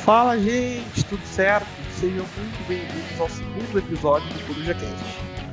Fala, gente, tudo certo? Sejam muito bem-vindos ao segundo episódio do CorujaCast,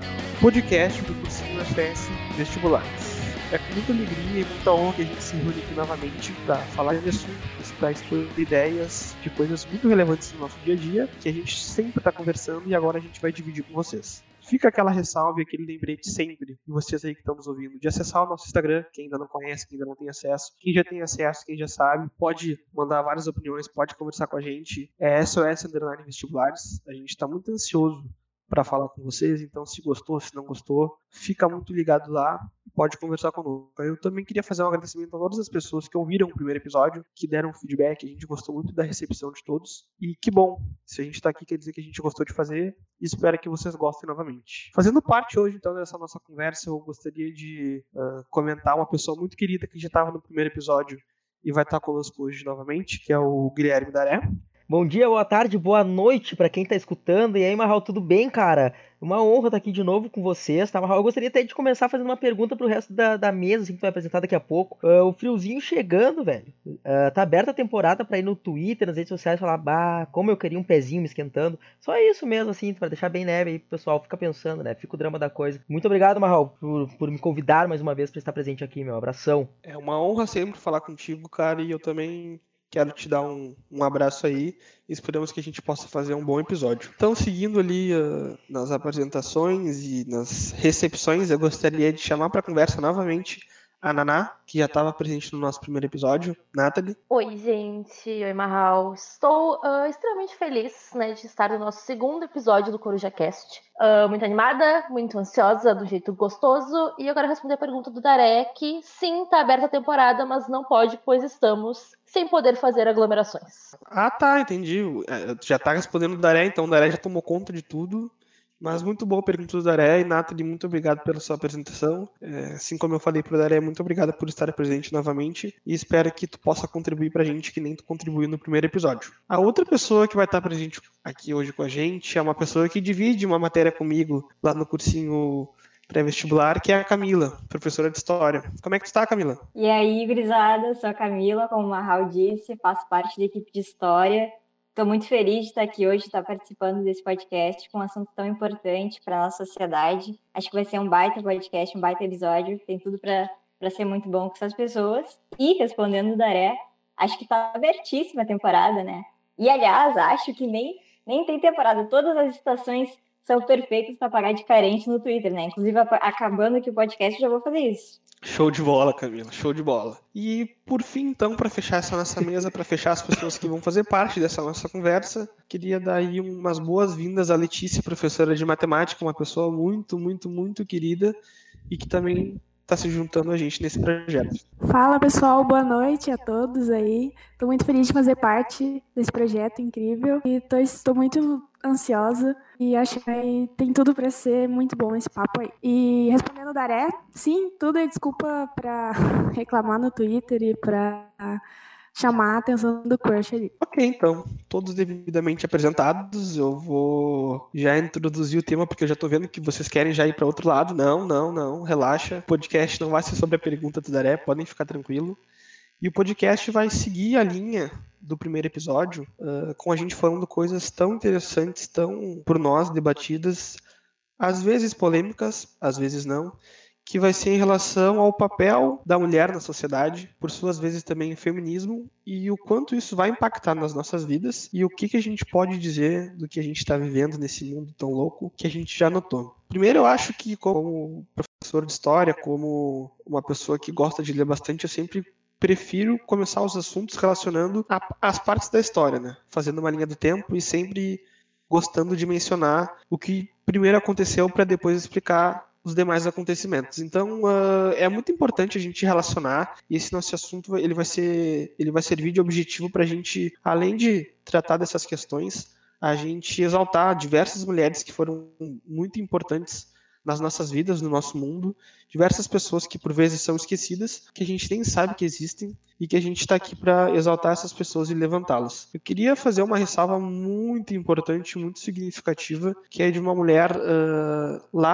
podcast do cursinho FS Vestibulares. É com muita alegria e muita honra que a gente se reúne aqui novamente para falar de assuntos, para expor ideias de coisas muito relevantes no nosso dia a dia, que a gente sempre está conversando e agora a gente vai dividir com vocês. Fica aquela ressalva e aquele lembrete sempre de vocês aí que estão nos ouvindo, de acessar o nosso Instagram, quem ainda não conhece, quem ainda não tem acesso. Quem já tem acesso, quem já sabe, pode mandar várias opiniões, pode conversar com a gente. É SOS_Vestibulares. A gente está muito ansioso para falar com vocês, então se gostou, se não gostou, fica muito ligado lá, pode conversar conosco. Eu também queria fazer um agradecimento a todas as pessoas que ouviram o primeiro episódio, que deram feedback, a gente gostou muito da recepção de todos, e que bom, se a gente está aqui quer dizer que a gente gostou de fazer, e espero que vocês gostem novamente. Fazendo parte hoje, então, dessa nossa conversa, eu gostaria de comentar uma pessoa muito querida que já estava no primeiro episódio e vai estar conosco hoje novamente, que é o Guilherme Daré. Bom dia, boa tarde, boa noite para quem tá escutando. E aí, Marral, tudo bem, cara? Uma honra estar aqui de novo com vocês, tá, Marral? Eu gostaria até de começar fazendo uma pergunta pro resto da mesa, assim, que tu vai apresentar daqui a pouco. O friozinho chegando, velho. Tá aberta a temporada pra ir no Twitter, nas redes sociais, falar, bah, como eu queria um pezinho me esquentando. Só isso mesmo, assim, pra deixar bem leve aí pro pessoal. Fica pensando, né? Fica o drama da coisa. Muito obrigado, Marral, por me convidar mais uma vez pra estar presente aqui, meu. Abração. É uma honra sempre falar contigo, cara, e eu também quero te dar um abraço aí. Esperamos que a gente possa fazer um bom episódio. Então, seguindo ali nas apresentações e nas recepções, eu gostaria de chamar para a conversa novamente a Naná, que já estava presente no nosso primeiro episódio. Nathalie. Oi, gente. Oi, Marral. Estou extremamente feliz, né, de estar no nosso segundo episódio do CorujaCast. Muito animada, muito ansiosa, do jeito gostoso. E eu quero responder a pergunta do Daré, que sim, tá aberta a temporada, mas não pode, pois estamos sem poder fazer aglomerações. Ah, tá, entendi. Já tá respondendo o Daré, então o Daré já tomou conta de tudo. Mas muito boa a pergunta do Daré, e Nathalie, muito obrigado pela sua apresentação. Assim como eu falei pro Daré, muito obrigado por estar presente novamente, e espero que tu possa contribuir pra gente que nem tu contribuiu no primeiro episódio. A outra pessoa que vai estar presente aqui hoje com a gente é uma pessoa que divide uma matéria comigo lá no cursinho pré-vestibular, que é a Camila, professora de História. Como é que tu tá, Camila? E aí, gurizada, sou a Camila, como o Marral disse, faço parte da equipe de História. Estou muito feliz de estar aqui hoje, de estar participando desse podcast com um assunto tão importante para a nossa sociedade. Acho que vai ser um baita podcast, um baita episódio, tem tudo para ser muito bom com essas pessoas. E, respondendo o Daré, acho que está abertíssima a temporada, né? E, aliás, acho que nem tem temporada, todas as estações são perfeitas para pagar de carente no Twitter, né? Inclusive, acabando aqui o podcast, eu já vou fazer isso. Show de bola, Camila, show de bola. E por fim, então, para fechar essa nossa mesa, para fechar as pessoas que vão fazer parte dessa nossa conversa, queria dar aí umas boas-vindas à Letícia, professora de matemática, uma pessoa muito, muito, muito querida e que também está se juntando a gente nesse projeto. Fala, pessoal, boa noite a todos aí. Estou muito feliz de fazer parte desse projeto incrível e estou muito ansiosa e acho que tem tudo para ser muito bom esse papo aí. E respondendo o Daré, sim, tudo é desculpa para reclamar no Twitter e para chamar a atenção do crush ali. Ok, então, todos devidamente apresentados, eu vou já introduzir o tema, porque eu já tô vendo que vocês querem já ir para outro lado. Não, relaxa. O podcast não vai ser sobre a pergunta do Daré, podem ficar tranquilo. E o podcast vai seguir a linha do primeiro episódio, com a gente falando coisas tão interessantes, tão por nós debatidas, às vezes polêmicas, às vezes não, que vai ser em relação ao papel da mulher na sociedade, por suas vezes também o feminismo, e o quanto isso vai impactar nas nossas vidas, e o que a gente pode dizer do que a gente está vivendo nesse mundo tão louco que a gente já notou. Primeiro, eu acho que como professor de história, como uma pessoa que gosta de ler bastante, eu sempre prefiro começar os assuntos relacionando as partes da história, né? Fazendo uma linha do tempo e sempre gostando de mencionar o que primeiro aconteceu para depois explicar os demais acontecimentos. Então, é muito importante a gente relacionar, e esse nosso assunto ele vai servir de objetivo para a gente, além de tratar dessas questões, a gente exaltar diversas mulheres que foram muito importantes nas nossas vidas, no nosso mundo, diversas pessoas que por vezes são esquecidas, que a gente nem sabe que existem e que a gente está aqui para exaltar essas pessoas e levantá-las. Eu queria fazer uma ressalva muito importante, muito significativa, que é de uma mulher lá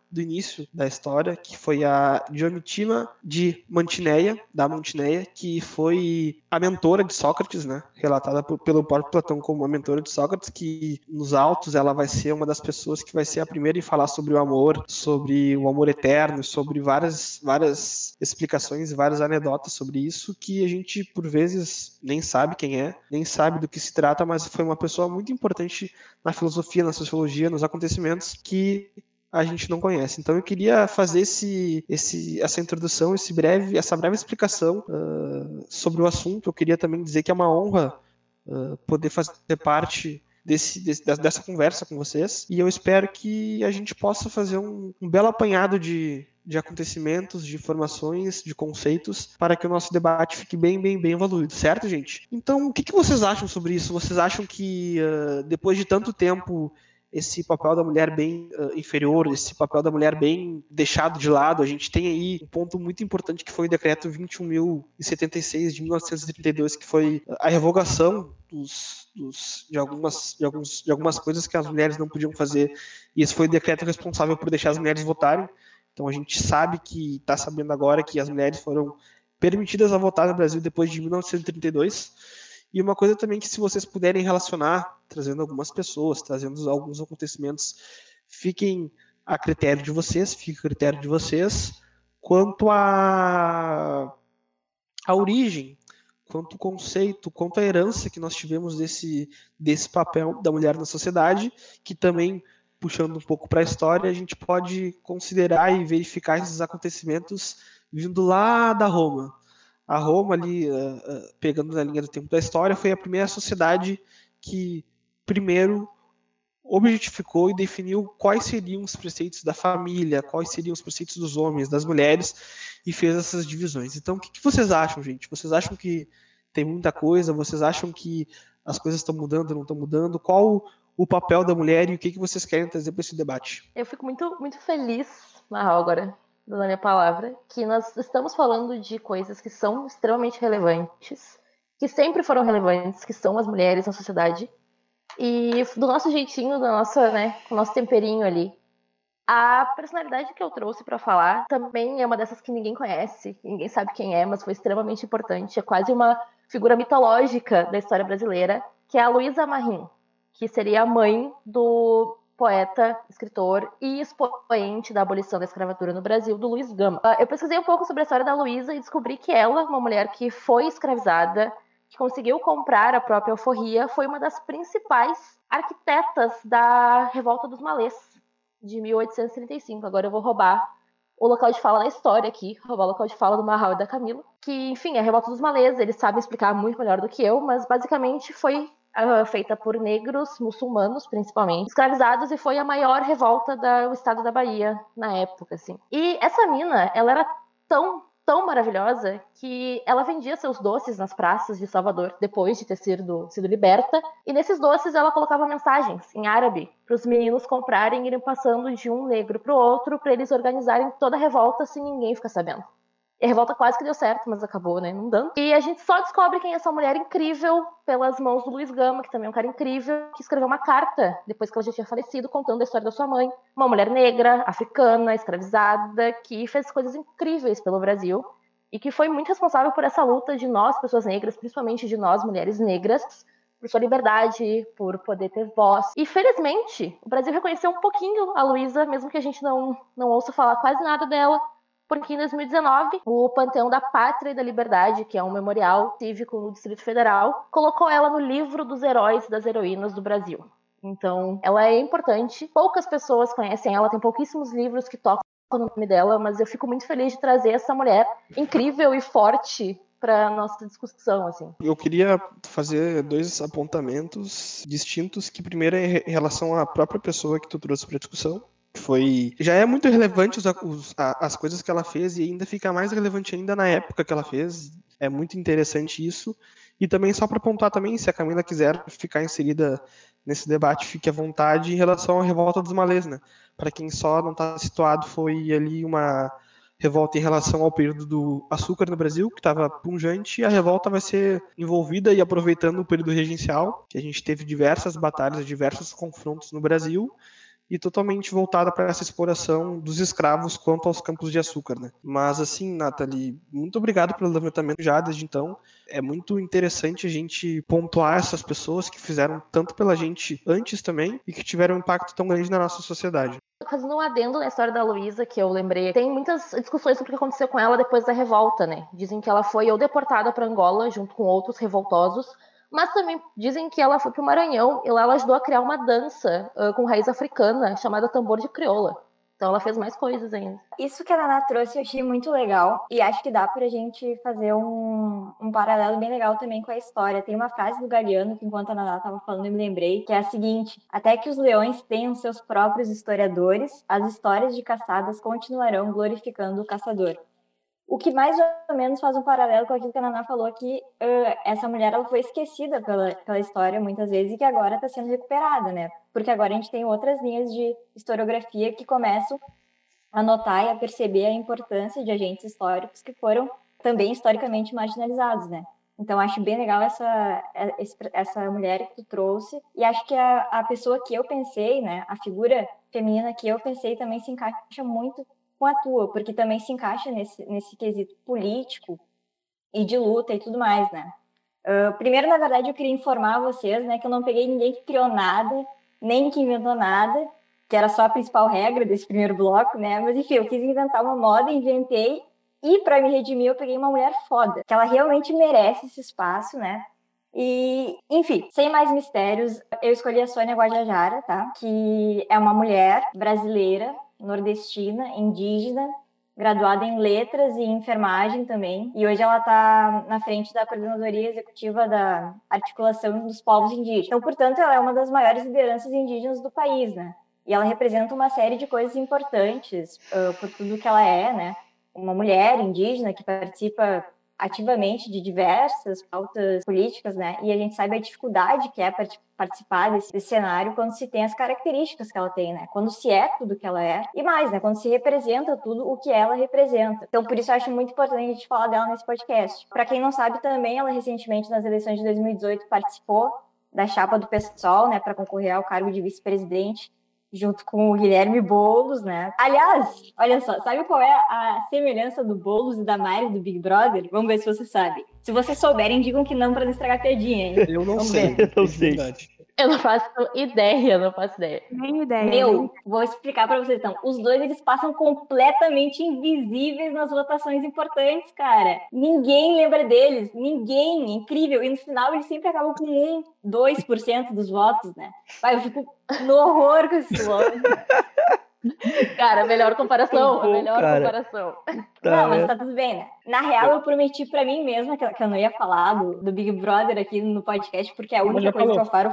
do início da história, que foi a Diomitima de Mantineia, da Mantineia, que foi a mentora de Sócrates, né? Relatada pelo próprio Platão como a mentora de Sócrates, que nos autos ela vai ser uma das pessoas que vai ser a primeira em falar sobre o amor eterno, sobre várias explicações e várias anedotas sobre isso, que a gente, por vezes, nem sabe quem é, nem sabe do que se trata, mas foi uma pessoa muito importante na filosofia, na sociologia, nos acontecimentos que a gente não conhece. Então eu queria fazer essa introdução, essa breve explicação sobre o assunto. Eu queria também dizer que é uma honra poder fazer parte dessa conversa com vocês, e eu espero que a gente possa fazer um belo apanhado de acontecimentos, de informações, de conceitos, para que o nosso debate fique bem evoluído, certo, gente? Então, o que vocês acham sobre isso? Vocês acham que, depois de tanto tempo, esse papel da mulher bem inferior, esse papel da mulher bem deixado de lado, a gente tem aí um ponto muito importante que foi o decreto 21.076 de 1932, que foi a revogação de algumas coisas que as mulheres não podiam fazer, e esse foi o decreto responsável por deixar as mulheres votarem. Então a gente está sabendo agora que as mulheres foram permitidas a votar no Brasil depois de 1932. E uma coisa também que, se vocês puderem relacionar, trazendo algumas pessoas, trazendo alguns acontecimentos, fiquem a critério de vocês, quanto à origem, quanto ao conceito, quanto à herança que nós tivemos desse papel da mulher na sociedade, que também, puxando um pouco para a história, a gente pode considerar e verificar esses acontecimentos vindo lá da Roma. A Roma, ali, pegando na linha do tempo da história, foi a primeira sociedade que primeiro objetificou e definiu quais seriam os preceitos da família, quais seriam os preceitos dos homens, das mulheres, e fez essas divisões. Então, o que vocês acham, gente? Vocês acham que tem muita coisa? Vocês acham que as coisas estão mudando, não estão mudando? Qual o papel da mulher e o que vocês querem trazer para esse debate? Eu fico muito feliz, Marral, agora, dando a minha palavra, que nós estamos falando de coisas que são extremamente relevantes, que sempre foram relevantes, que são as mulheres na sociedade, e do nosso jeitinho, com o nosso temperinho ali. A personalidade que eu trouxe para falar também é uma dessas que ninguém conhece, ninguém sabe quem é, mas foi extremamente importante, é quase uma figura mitológica da história brasileira, que é a Luísa Marim, que seria a mãe do poeta, escritor e expoente da abolição da escravatura no Brasil, do Luiz Gama. Eu pesquisei um pouco sobre a história da Luísa e descobri que ela, uma mulher que foi escravizada, que conseguiu comprar a própria alforria, foi uma das principais arquitetas da Revolta dos Malês, de 1835. Agora eu vou roubar o local de fala da história aqui, roubar o local de fala do Marral e da Camila, que, enfim, é a Revolta dos Malês, eles sabem explicar muito melhor do que eu, mas basicamente foi feita por negros, muçulmanos principalmente, escravizados, e foi a maior revolta do estado da Bahia na época, assim. E essa mina, ela era tão maravilhosa que ela vendia seus doces nas praças de Salvador depois de ter sido liberta, e nesses doces ela colocava mensagens em árabe para os meninos comprarem e irem passando de um negro para o outro, para eles organizarem toda a revolta sem ninguém ficar sabendo. E a revolta quase que deu certo, mas acabou, né, não dando. E a gente só descobre quem é essa mulher incrível pelas mãos do Luiz Gama, que também é um cara incrível, que escreveu uma carta, depois que ela já tinha falecido, contando a história da sua mãe. Uma mulher negra, africana, escravizada, que fez coisas incríveis pelo Brasil e que foi muito responsável por essa luta de nós, pessoas negras, principalmente de nós, mulheres negras, por sua liberdade, por poder ter voz. E, felizmente, o Brasil reconheceu um pouquinho a Luísa, mesmo que a gente não ouça falar quase nada dela, porque em 2019, o Panteão da Pátria e da Liberdade, que é um memorial cívico no Distrito Federal, colocou ela no livro dos heróis e das heroínas do Brasil. Então, ela é importante. Poucas pessoas conhecem ela, tem pouquíssimos livros que tocam o nome dela, mas eu fico muito feliz de trazer essa mulher incrível e forte para nossa discussão, assim. Eu queria fazer dois apontamentos distintos, que primeiro é em relação à própria pessoa que tu trouxe para a discussão. Já é muito relevante as coisas que ela fez, e ainda fica mais relevante ainda na época que ela fez. É muito interessante isso. E também, só para pontuar também, se a Camila quiser ficar inserida nesse debate, fique à vontade, em relação à Revolta dos Malês, né? Para quem só não está situado, foi ali uma revolta em relação ao período do açúcar no Brasil, que estava pungente, e a revolta vai ser envolvida e aproveitando o período regencial, que a gente teve diversas batalhas, diversos confrontos no Brasil, e totalmente voltada para essa exploração dos escravos quanto aos campos de açúcar, né? Mas assim, Nathalie, muito obrigado pelo levantamento já desde então. É muito interessante a gente pontuar essas pessoas que fizeram tanto pela gente antes também e que tiveram um impacto tão grande na nossa sociedade. Fazendo um adendo na história da Luísa, que eu lembrei, tem muitas discussões sobre o que aconteceu com ela depois da revolta, né? Dizem que ela foi ou deportada para Angola junto com outros revoltosos, mas também dizem que ela foi para o Maranhão e lá ela ajudou a criar uma dança com raiz africana chamada tambor de crioula. Então ela fez mais coisas ainda. Isso que a Naná trouxe eu achei muito legal e acho que dá pra gente fazer um paralelo bem legal também com a história. Tem uma frase do Galeano que enquanto a Naná tava falando eu me lembrei, que é a seguinte: até que os leões tenham seus próprios historiadores, as histórias de caçadas continuarão glorificando o caçador. O que mais ou menos faz um paralelo com aquilo que a Naná falou, que essa mulher ela foi esquecida pela história muitas vezes e que agora está sendo recuperada, né? Porque agora a gente tem outras linhas de historiografia que começam a notar e a perceber a importância de agentes históricos que foram também historicamente marginalizados, né? Então acho bem legal essa mulher que tu trouxe e acho que a pessoa que eu pensei, né, a figura feminina que eu pensei também se encaixa muito com a tua, porque também se encaixa nesse quesito político e de luta e tudo mais, né? Primeiro, na verdade, eu queria informar vocês, né, que eu não peguei ninguém que criou nada, nem que inventou nada, que era só a principal regra desse primeiro bloco, né? Mas enfim, eu quis inventar uma moda, inventei, e para me redimir eu peguei uma mulher foda, que ela realmente merece esse espaço, né? E, enfim, sem mais mistérios, eu escolhi a Sônia Guajajara, tá? Que é uma mulher brasileira, nordestina, indígena, graduada em letras e enfermagem também. E hoje ela está na frente da coordenadoria executiva da articulação dos povos indígenas. Então, portanto, ela é uma das maiores lideranças indígenas do país, né? E ela representa uma série de coisas importantes por tudo que ela é, né? Uma mulher indígena que participa ativamente de diversas pautas políticas, né? E a gente sabe a dificuldade que é participar desse cenário quando se tem as características que ela tem, né? Quando se é tudo que ela é e mais, né? Quando se representa tudo o que ela representa. Então, por isso eu acho muito importante a gente falar dela nesse podcast. Para quem não sabe também, ela recentemente nas eleições de 2018 participou da chapa do PSOL, né? Para concorrer ao cargo de vice-presidente junto com o Guilherme Boulos, né? Aliás, olha só, sabe qual é a semelhança do Boulos e da Mari do Big Brother? Vamos ver se você sabe. Se vocês souberem, digam que não para não estragar a piadinha, hein? Eu não Vamos sei. ver. Eu não sei. Eu não faço ideia, não faço ideia. Nem ideia. Meu, vou explicar pra vocês então. Os dois, eles passam completamente invisíveis nas votações importantes, cara. Ninguém lembra deles. Ninguém. Incrível. E no final, eles sempre acabam com 1, 2% dos votos, né? Vai, eu fico no horror com esse nome. Cara, melhor comparação. Bom, Melhor cara. comparação. Não, mas tá tudo bem, né? Na real, eu prometi pra mim mesma que eu não ia falar do Big Brother aqui no podcast, porque é a única coisa que eu falo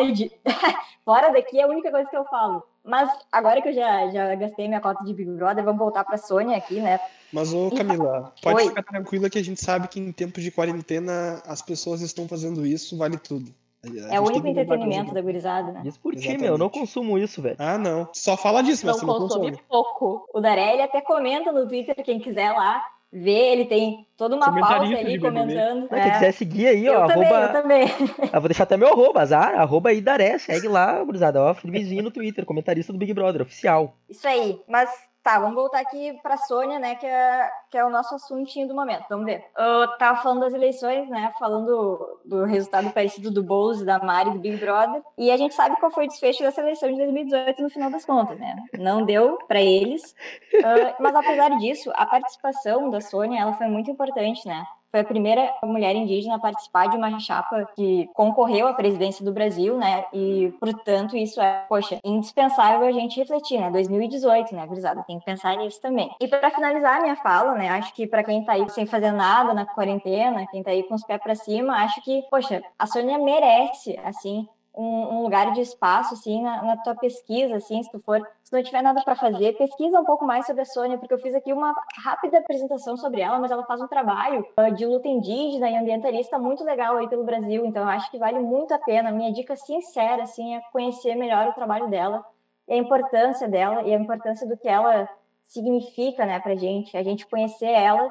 fora daqui é a única coisa que eu falo. Mas agora que eu já gastei minha cota de Big Brother, vamos voltar pra Sônia aqui, né? Mas, ô Camila, pode Oi. ficar tranquila que a gente sabe que em tempos de quarentena as pessoas estão fazendo isso, vale tudo. É o único entretenimento da gurizada, né? Diz por ti, Exatamente. meu. Eu não consumo isso, velho. Ah, não. Só fala disso, mas Não tu não consome consome. pouco. O Darelli até comenta no Twitter, quem quiser lá ver, ele tem toda uma pauta Comentarista ali de BBB. comentando. Quem quiser seguir aí, ó, Eu também. Eu vou deixar até meu arroba Idaré, segue lá, gurizada, ó, Felipezinho no Twitter, comentarista do Big Brother, oficial. Isso aí, mas tá, vamos voltar aqui pra Sônia, né, que é o nosso assuntinho do momento, vamos ver. Eu tava falando das eleições, né, falando do resultado parecido do Boulos e da Mari do Big Brother, e a gente sabe qual foi o desfecho dessa eleição de 2018 no final das contas, né, não deu pra eles, mas apesar disso, a participação da Sônia, ela foi muito importante, né. Foi a primeira mulher indígena a participar de uma chapa que concorreu à presidência do Brasil, né? E, portanto, isso é, poxa, indispensável a gente refletir, né? 2018, né, gurizada? Tem que pensar nisso também. E para finalizar a minha fala, né? Acho que para quem tá aí sem fazer nada na quarentena, quem tá aí com os pés para cima, acho que, poxa, a Sônia merece, assim, um lugar de espaço, assim, na tua pesquisa, assim, se não tiver nada para fazer, pesquisa um pouco mais sobre a Sônia, porque eu fiz aqui uma rápida apresentação sobre ela, mas ela faz um trabalho de luta indígena e ambientalista muito legal aí pelo Brasil, então eu acho que vale muito a pena. Minha dica sincera, assim, é conhecer melhor o trabalho dela, e a importância dela, e a importância do que ela significa, né, pra gente, a gente conhecer ela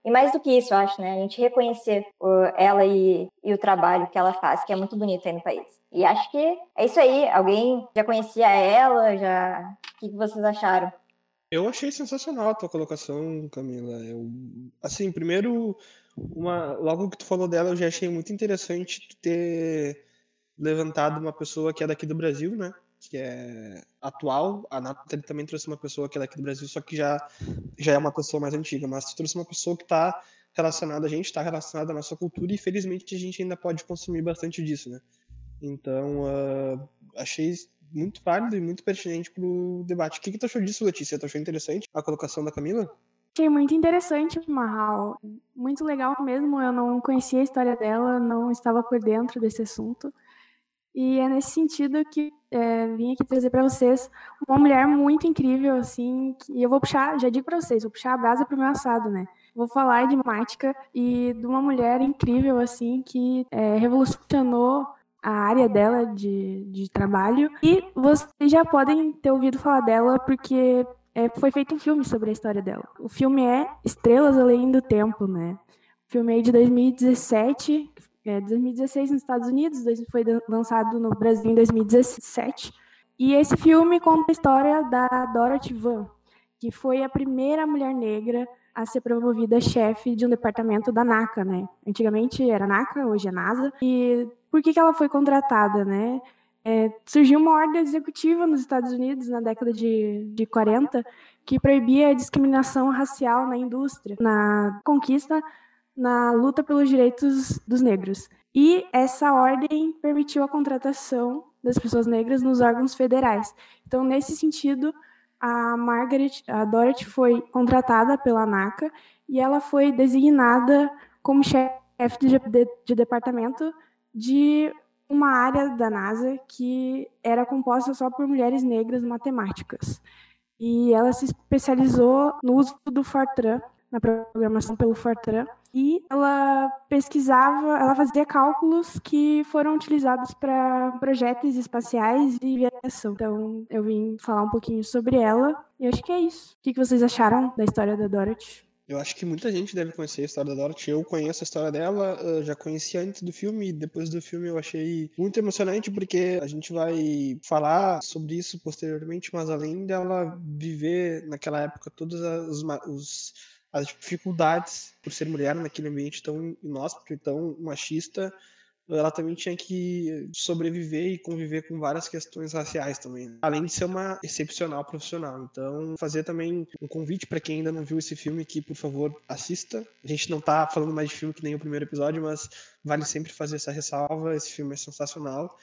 E mais do que isso, eu acho, né? A gente reconhecer ela e o trabalho que ela faz, que é muito bonito aí no país. E acho que é isso aí. Alguém já conhecia ela? O que vocês acharam? Eu achei sensacional a tua colocação, Camila. Assim, primeiro, logo que tu falou dela, eu já achei muito interessante tu ter levantado uma pessoa que é daqui do Brasil, né? Que é atual. A Nathalie também trouxe uma pessoa que é daqui do Brasil, só que já é uma pessoa mais antiga. Mas tu trouxe uma pessoa que está relacionada a gente, está relacionada à nossa cultura e, felizmente, a gente ainda pode consumir bastante disso, né? Então, achei muito válido e muito pertinente pro debate. O que tu achou disso, Letícia? Tu achou interessante a colocação da Camila? Achei muito interessante, Marral. Muito legal mesmo. Eu não conhecia a história dela, não estava por dentro desse assunto. E é nesse sentido que vim aqui trazer para vocês uma mulher muito incrível, assim, e eu vou puxar, já digo para vocês, vou puxar a brasa pro meu assado, né? Vou falar de matemática e de uma mulher incrível, assim, que revolucionou a área dela de trabalho. E vocês já podem ter ouvido falar dela porque foi feito um filme sobre a história dela. O filme é Estrelas Além do Tempo, né? O filme é de 2017, 2016 nos Estados Unidos, foi lançado no Brasil em 2017. E esse filme conta a história da Dorothy Vaughan, que foi a primeira mulher negra a ser promovida chefe de um departamento da NACA, né? Antigamente era NACA, hoje é NASA. E por que ela foi contratada, né? Surgiu uma ordem executiva nos Estados Unidos na década de 40 que proibia a discriminação racial na indústria, na conquista, na luta pelos direitos dos negros. E essa ordem permitiu a contratação das pessoas negras nos órgãos federais. Então, nesse sentido, a Dorothy foi contratada pela NACA e ela foi designada como chefe de departamento de uma área da NASA que era composta só por mulheres negras matemáticas. E ela se especializou no uso do Fortran, na programação pelo Fortran, e ela ela fazia cálculos que foram utilizados para projetos espaciais e viação. Então, eu vim falar um pouquinho sobre ela, e acho que é isso. O que vocês acharam da história da Dorothy? Eu acho que muita gente deve conhecer a história da Dorothy. Eu conheço a história dela, já conheci antes do filme, e depois do filme eu achei muito emocionante, porque a gente vai falar sobre isso posteriormente, mas além dela viver naquela época todas as dificuldades por ser mulher naquele ambiente tão inóspito e tão machista, ela também tinha que sobreviver e conviver com várias questões raciais também, né? Além de ser uma excepcional profissional. Então, fazer também um convite para quem ainda não viu esse filme que, por favor, assista. A gente não tá falando mais de filme que nem o primeiro episódio, mas vale sempre fazer essa ressalva. Esse filme é sensacional.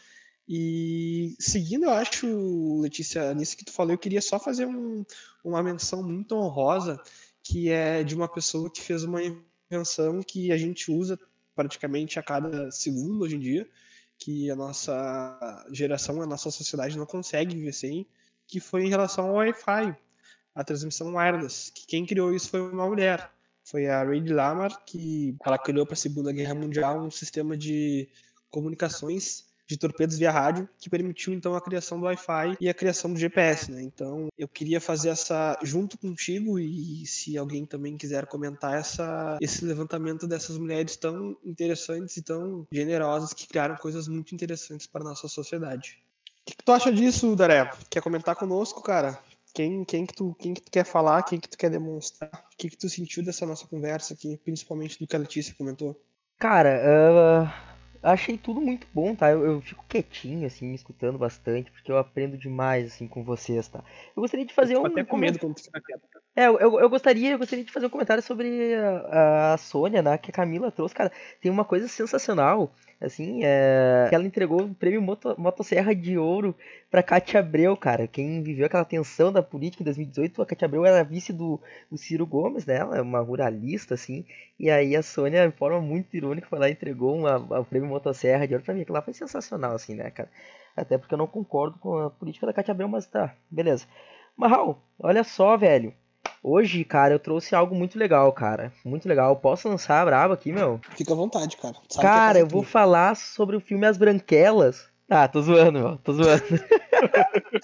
E seguindo, eu acho, Letícia, nisso que tu falou, eu queria só fazer uma menção muito honrosa, que é de uma pessoa que fez uma invenção que a gente usa praticamente a cada segundo hoje em dia, que a nossa geração, a nossa sociedade não consegue viver sem, que foi em relação ao Wi-Fi, a transmissão wireless, que quem criou isso foi uma mulher, foi a Ray Lamar, que ela criou para a Segunda Guerra Mundial um sistema de comunicações de torpedos via rádio, que permitiu então a criação do Wi-Fi e a criação do GPS, né? Então eu queria fazer essa junto contigo, e se alguém também quiser comentar esse levantamento dessas mulheres tão interessantes e tão generosas que criaram coisas muito interessantes para a nossa sociedade. O que tu acha disso, Daré? Quer comentar conosco, cara? Quem que tu quer falar? Quem que tu quer demonstrar? O que tu sentiu dessa nossa conversa aqui, principalmente do que a Letícia comentou? Cara, achei tudo muito bom, tá? Eu fico quietinho, assim, me escutando bastante, porque eu aprendo demais, assim, com vocês, tá? Eu gostaria de fazer Eu fico até com medo quando tu fica quieto. Eu gostaria de fazer um comentário sobre a Sônia, né, que a Camila trouxe. Cara, tem uma coisa sensacional, assim, que ela entregou o prêmio Motosserra de Ouro pra Cátia Abreu, cara. Quem viveu aquela tensão da política em 2018, a Cátia Abreu era vice do Ciro Gomes, né, ela é uma ruralista, assim, e aí a Sônia, de forma muito irônica, foi lá e entregou o prêmio Motosserra de Ouro pra mim. Aquilo lá foi sensacional, assim, né, cara. Até porque eu não concordo com a política da Cátia Abreu, mas tá, beleza. Marral, olha só, velho. Hoje, cara, eu trouxe algo muito legal, cara. Muito legal. Posso lançar a braba aqui, meu? Fica à vontade, cara. Cara, eu vou falar sobre o filme As Branquelas. Ah, tô zoando, meu. Tô zoando.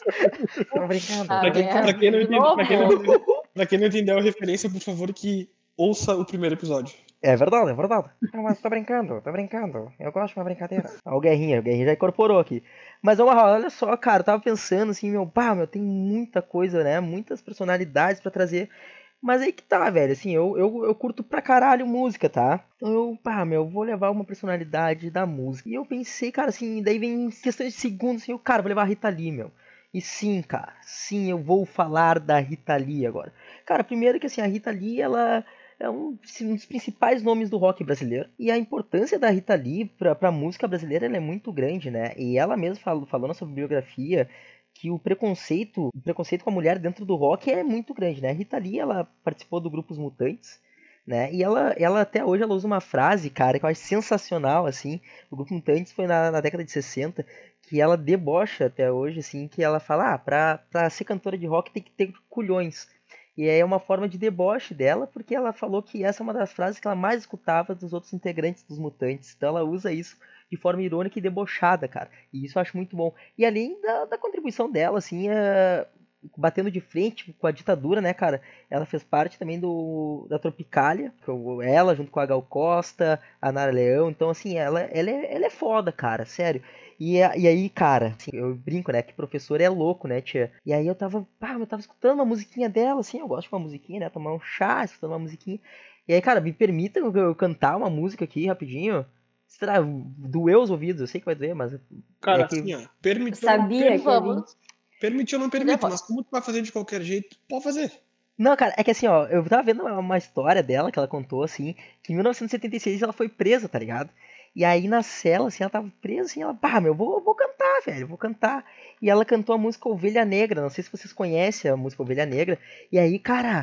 Tô brincando. Pra quem não entendeu a referência, por favor, que ouça o primeiro episódio. É verdade, é verdade. Não, mas tô brincando. Eu gosto de uma brincadeira. O Guerrinha já incorporou aqui. Mas, olha só, cara, eu tava pensando assim, tem muita coisa, né? Muitas personalidades pra trazer. Mas aí que tá, velho, assim, eu curto pra caralho música, tá? Então eu vou levar uma personalidade da música. E eu pensei, cara, assim, daí vem questão de segundos, assim, cara, vou levar a Rita Lee, meu. E sim, cara, sim, eu vou falar da Rita Lee agora. Cara, primeiro que, assim, a Rita Lee, ela é um dos principais nomes do rock brasileiro. E a importância da Rita Lee pra música brasileira, ela é muito grande, né? E ela mesma falou na sua biografia que o preconceito com a mulher dentro do rock é muito grande, né? A Rita Lee, ela participou do grupo Os Mutantes, né? E ela até hoje ela usa uma frase, cara, que eu acho sensacional, assim. O grupo Mutantes foi na década de 60, que ela debocha até hoje, assim, que ela fala, pra ser cantora de rock tem que ter culhões. E aí é uma forma de deboche dela, porque ela falou que essa é uma das frases que ela mais escutava dos outros integrantes dos Mutantes. Então ela usa isso de forma irônica e debochada, cara. E isso eu acho muito bom. E além da contribuição dela, assim, batendo de frente com a ditadura, né, cara? Ela fez parte também da Tropicália, ela junto com a Gal Costa, a Nara Leão. Então, assim, ela é foda, cara, sério. E aí, cara, assim, eu brinco, né, que professor é louco, né, tia? E aí eu tava escutando uma musiquinha dela, assim, eu gosto de uma musiquinha, né, tomar um chá, escutando uma musiquinha. E aí, cara, me permita eu cantar uma música aqui, rapidinho. Será, doeu os ouvidos, eu sei que vai doer, mas... Cara, é que... assim, ó, Sabia que Vamos. permitir ou não permite, mas como tu vai fazer de qualquer jeito, pode fazer. Não, cara, é que assim, ó, eu tava vendo uma história dela que ela contou, assim, que em 1976 ela foi presa, tá ligado? E aí na cela, assim, ela tava presa, assim, ela, vou cantar, velho, vou cantar. E ela cantou a música Ovelha Negra, não sei se vocês conhecem a música Ovelha Negra. E aí, cara,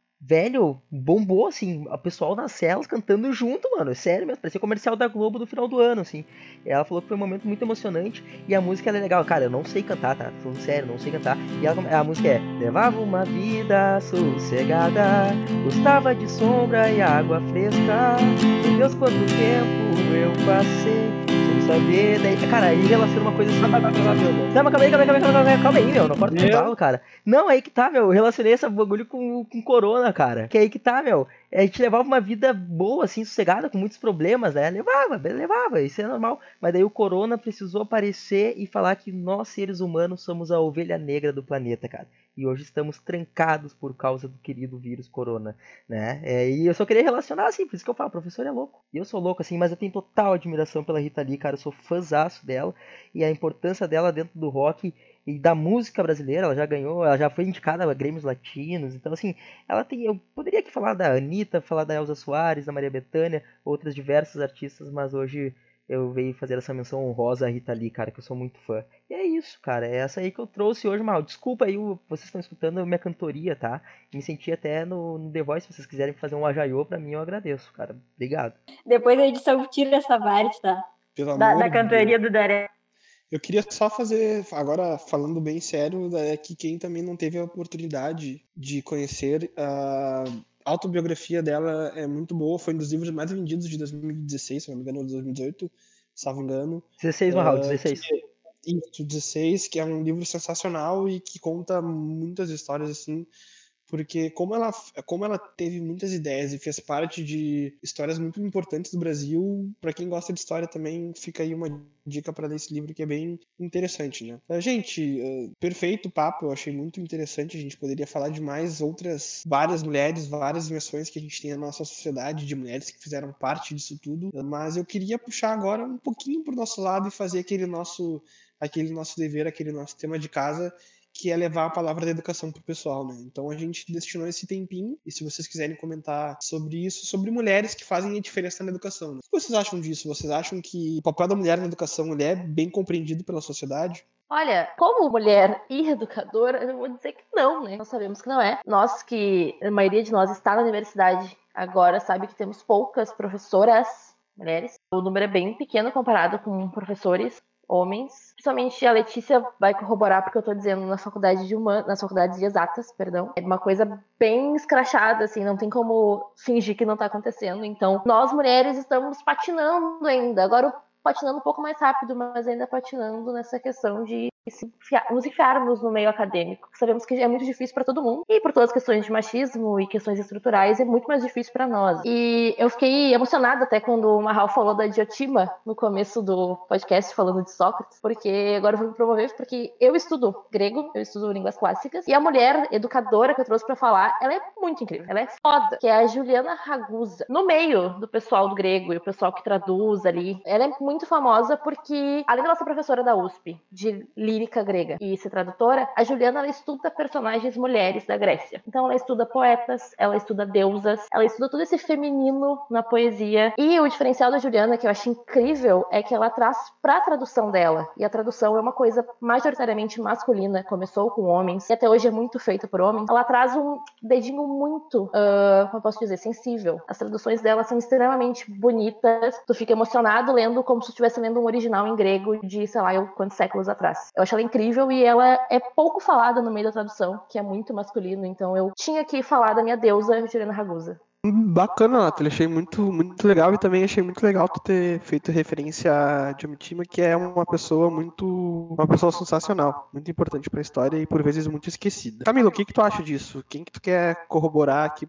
velho, bombou, assim, o pessoal nas celas cantando junto, mano, é sério mesmo, parecia comercial da Globo do final do ano, assim. E ela falou que foi um momento muito emocionante e a música ela é legal. Cara, eu não sei cantar, tá? Tô falando sério, não sei cantar. E a música é: levava uma vida sossegada, gostava de sombra e água fresca, meu Deus, quanto tempo eu passei sem saber. Daí, cara, aí relaciona uma coisa assim. Não, mas calma aí, meu, não corta o cavalo, cara. Não, aí que tá, meu, eu relacionei esse bagulho com corona, cara. Que aí que tá, meu. A gente levava uma vida boa, assim, sossegada, com muitos problemas, né? Levava, isso é normal. Mas daí o corona precisou aparecer e falar que nós, seres humanos, somos a ovelha negra do planeta, cara. E hoje estamos trancados por causa do querido vírus corona, né? E eu só queria relacionar, assim, por isso que eu falo, professor é louco. E eu sou louco, assim, mas eu tenho total admiração pela Rita Lee, cara. Eu sou fãzaço dela. E a importância dela dentro do rock e da música brasileira, ela já foi indicada a Grêmios Latinos, então assim, eu poderia aqui falar da Anitta, falar da Elza Soares, da Maria Bethânia, outras diversas artistas, mas hoje eu veio fazer essa menção honrosa à Rita Lee, cara, que eu sou muito fã. E é isso, cara, é essa aí que eu trouxe hoje, Mal. Desculpa aí, vocês estão escutando a minha cantoria, tá? Me senti até no The Voice, se vocês quiserem fazer um ajaiô pra mim, eu agradeço, cara. Obrigado. Depois a edição tira essa parte, tá? Da cantoria do Daré. Eu queria só fazer, agora falando bem sério, que quem também não teve a oportunidade de conhecer, a autobiografia dela é muito boa, foi um dos livros mais vendidos de 2016, se não me engano, 2018, salvo engano. 16, Marral, 16. Isso, 16, que é um livro sensacional e que conta muitas histórias, assim, porque como ela teve muitas ideias e fez parte de histórias muito importantes do Brasil, para quem gosta de história também fica aí uma dica para ler esse livro que é bem interessante, né? Gente, perfeito papo, eu achei muito interessante, a gente poderia falar de mais várias mulheres, várias dimensões que a gente tem na nossa sociedade, de mulheres que fizeram parte disso tudo, mas eu queria puxar agora um pouquinho pro nosso lado e fazer aquele nosso dever, aquele nosso tema de casa, que é levar a palavra da educação pro pessoal, né? Então a gente destinou esse tempinho, e se vocês quiserem comentar sobre isso, sobre mulheres que fazem a diferença na educação, né? O que vocês acham disso? Vocês acham que o papel da mulher na educação ele é bem compreendido pela sociedade? Olha, como mulher e educadora, eu vou dizer que não, né? Nós sabemos que não é. Nós a maioria de nós está na universidade agora, sabe que temos poucas professoras mulheres. O número é bem pequeno comparado com professores homens. Principalmente a Letícia vai corroborar porque eu tô dizendo nas faculdades de exatas, perdão. É uma coisa bem escrachada, assim, não tem como fingir que não tá acontecendo. Então, nós mulheres estamos patinando ainda. Agora patinando um pouco mais rápido, mas ainda patinando nessa questão de nos enfiarmos no meio acadêmico. Sabemos que é muito difícil para todo mundo, e por todas as questões de machismo e questões estruturais, é muito mais difícil para nós. E eu fiquei emocionada até quando o Marral falou da Diotima no começo do podcast, falando de Sócrates, porque agora eu vou me promover, porque eu estudo grego, eu estudo línguas clássicas, e a mulher educadora que eu trouxe para falar, ela é muito incrível, ela é foda, que é a Juliana Ragusa. No meio do pessoal do grego e o pessoal que traduz ali, ela é muito famosa porque, além de ela ser professora da USP, de lírica grega e ser tradutora, a Juliana, ela estuda personagens mulheres da Grécia. Então ela estuda poetas, ela estuda deusas, ela estuda todo esse feminino na poesia. E o diferencial da Juliana, que eu acho incrível, é que ela traz pra tradução dela, e a tradução é uma coisa majoritariamente masculina, começou com homens, e até hoje é muito feita por homens, ela traz um dedinho muito, como eu posso dizer, sensível. As traduções dela são extremamente bonitas, tu fica emocionado lendo como se estivesse lendo um original em grego de, sei lá, quantos séculos atrás. Eu acho ela incrível e ela é pouco falada no meio da tradução, que é muito masculino, então eu tinha que falar da minha deusa, Juliana Ragusa. Bacana, Nathalie. Achei muito legal e também achei muito legal tu ter feito referência a Diotima, que é uma pessoa sensacional, muito importante pra história e por vezes muito esquecida. Camila, o que tu acha disso? Quem que tu quer corroborar aqui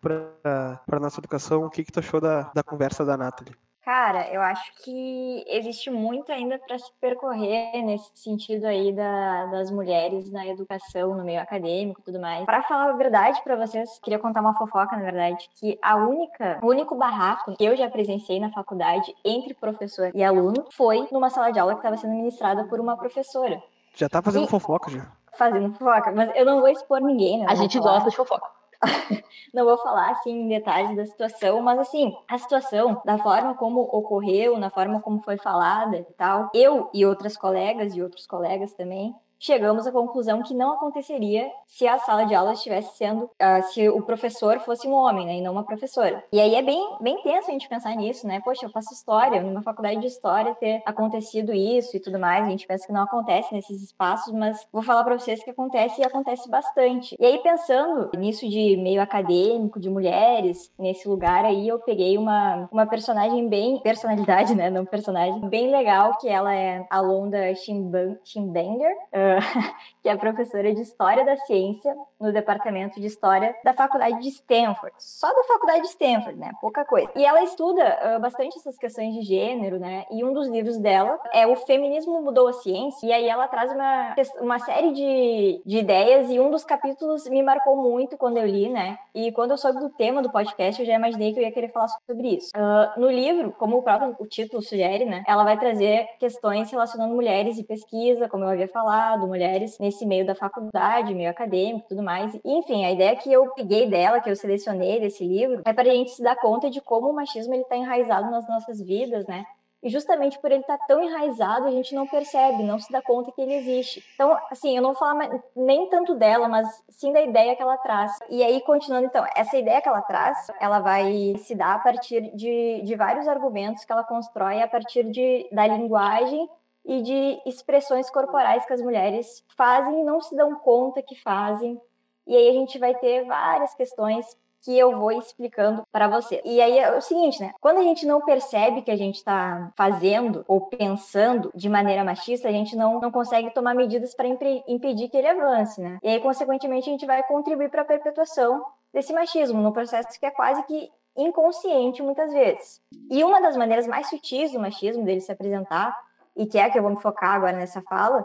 pra nossa educação? O que tu achou da conversa da Nathalie? Cara, eu acho que existe muito ainda para se percorrer nesse sentido aí das mulheres na educação, no meio acadêmico e tudo mais. Para falar a verdade para vocês, queria contar uma fofoca, na verdade, que o único barraco que eu já presenciei na faculdade entre professor e aluno foi numa sala de aula que estava sendo ministrada por uma professora. Já tá fazendo fofoca já. Fazendo fofoca, mas eu não vou expor ninguém, né? A gente gosta de fofoca. Não vou falar assim em detalhes da situação, mas assim, a situação, da forma como ocorreu, na forma como foi falada e tal, eu e outras colegas e outros colegas também chegamos à conclusão que não aconteceria se a sala de aula estivesse sendo, se o professor fosse um homem, né, e não uma professora. E aí é bem tenso a gente pensar nisso, né? Poxa, eu faço história, numa faculdade de história ter acontecido isso e tudo mais, a gente pensa que não acontece nesses espaços, mas vou falar pra vocês que acontece e acontece bastante. E aí pensando nisso de meio acadêmico, de mulheres, nesse lugar aí, eu peguei uma personalidade, né, não personagem, bem legal, que ela é a Londa Schimbanger, que é professora de História da Ciência no Departamento de História da Faculdade de Stanford. Só da Faculdade de Stanford, né? Pouca coisa. E ela estuda bastante essas questões de gênero, né? E um dos livros dela é O Feminismo Mudou a Ciência. E aí ela traz uma série de ideias, e um dos capítulos me marcou muito quando eu li, né? E quando eu soube do tema do podcast, eu já imaginei que eu ia querer falar sobre isso. No livro, como o título sugere, né? Ela vai trazer questões relacionando mulheres e pesquisa, como eu havia falado, mulheres nesse meio da faculdade, meio acadêmico e tudo mais. E, enfim, a ideia que eu peguei dela, que eu selecionei desse livro, é para a gente se dar conta de como o machismo ele está enraizado nas nossas vidas, né? E justamente por ele estar tão enraizado, a gente não percebe, não se dá conta que ele existe. Então, assim, eu não vou falar nem tanto dela, mas sim da ideia que ela traz. E aí, continuando, então, essa ideia que ela traz, ela vai se dar a partir de vários argumentos que ela constrói a partir da linguagem e de expressões corporais que as mulheres fazem e não se dão conta que fazem. E aí a gente vai ter várias questões que eu vou explicando para você. E aí é o seguinte, né? Quando a gente não percebe que a gente está fazendo ou pensando de maneira machista, a gente não consegue tomar medidas para impedir que ele avance, né? E aí, consequentemente, a gente vai contribuir para a perpetuação desse machismo, num processo que é quase que inconsciente muitas vezes. E uma das maneiras mais sutis do machismo, dele se apresentar, e que é a que eu vou me focar agora nessa fala,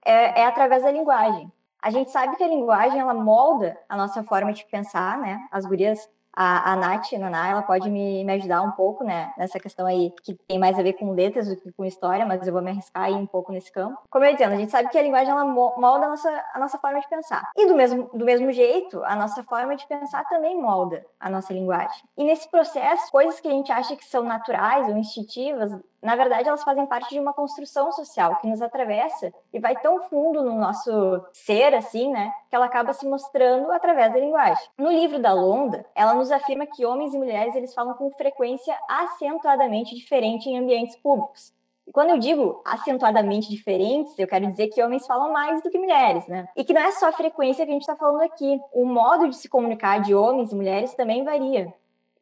é através da linguagem. A gente sabe que a linguagem, ela molda a nossa forma de pensar, né? As gurias, a Nath, a Naná, ela pode me ajudar um pouco, né? Nessa questão aí, que tem mais a ver com letras do que com história, mas eu vou me arriscar aí um pouco nesse campo. Como eu ia dizendo, a gente sabe que a linguagem, ela molda a nossa forma de pensar. E do mesmo jeito, a nossa forma de pensar também molda a nossa linguagem. E nesse processo, coisas que a gente acha que são naturais ou instintivas, na verdade, elas fazem parte de uma construção social que nos atravessa e vai tão fundo no nosso ser, assim, né, que ela acaba se mostrando através da linguagem. No livro da Londa, ela nos afirma que homens e mulheres, eles falam com frequência acentuadamente diferente em ambientes públicos. E quando eu digo acentuadamente diferentes, eu quero dizer que homens falam mais do que mulheres, né? E que não é só a frequência que a gente está falando aqui. O modo de se comunicar de homens e mulheres também varia.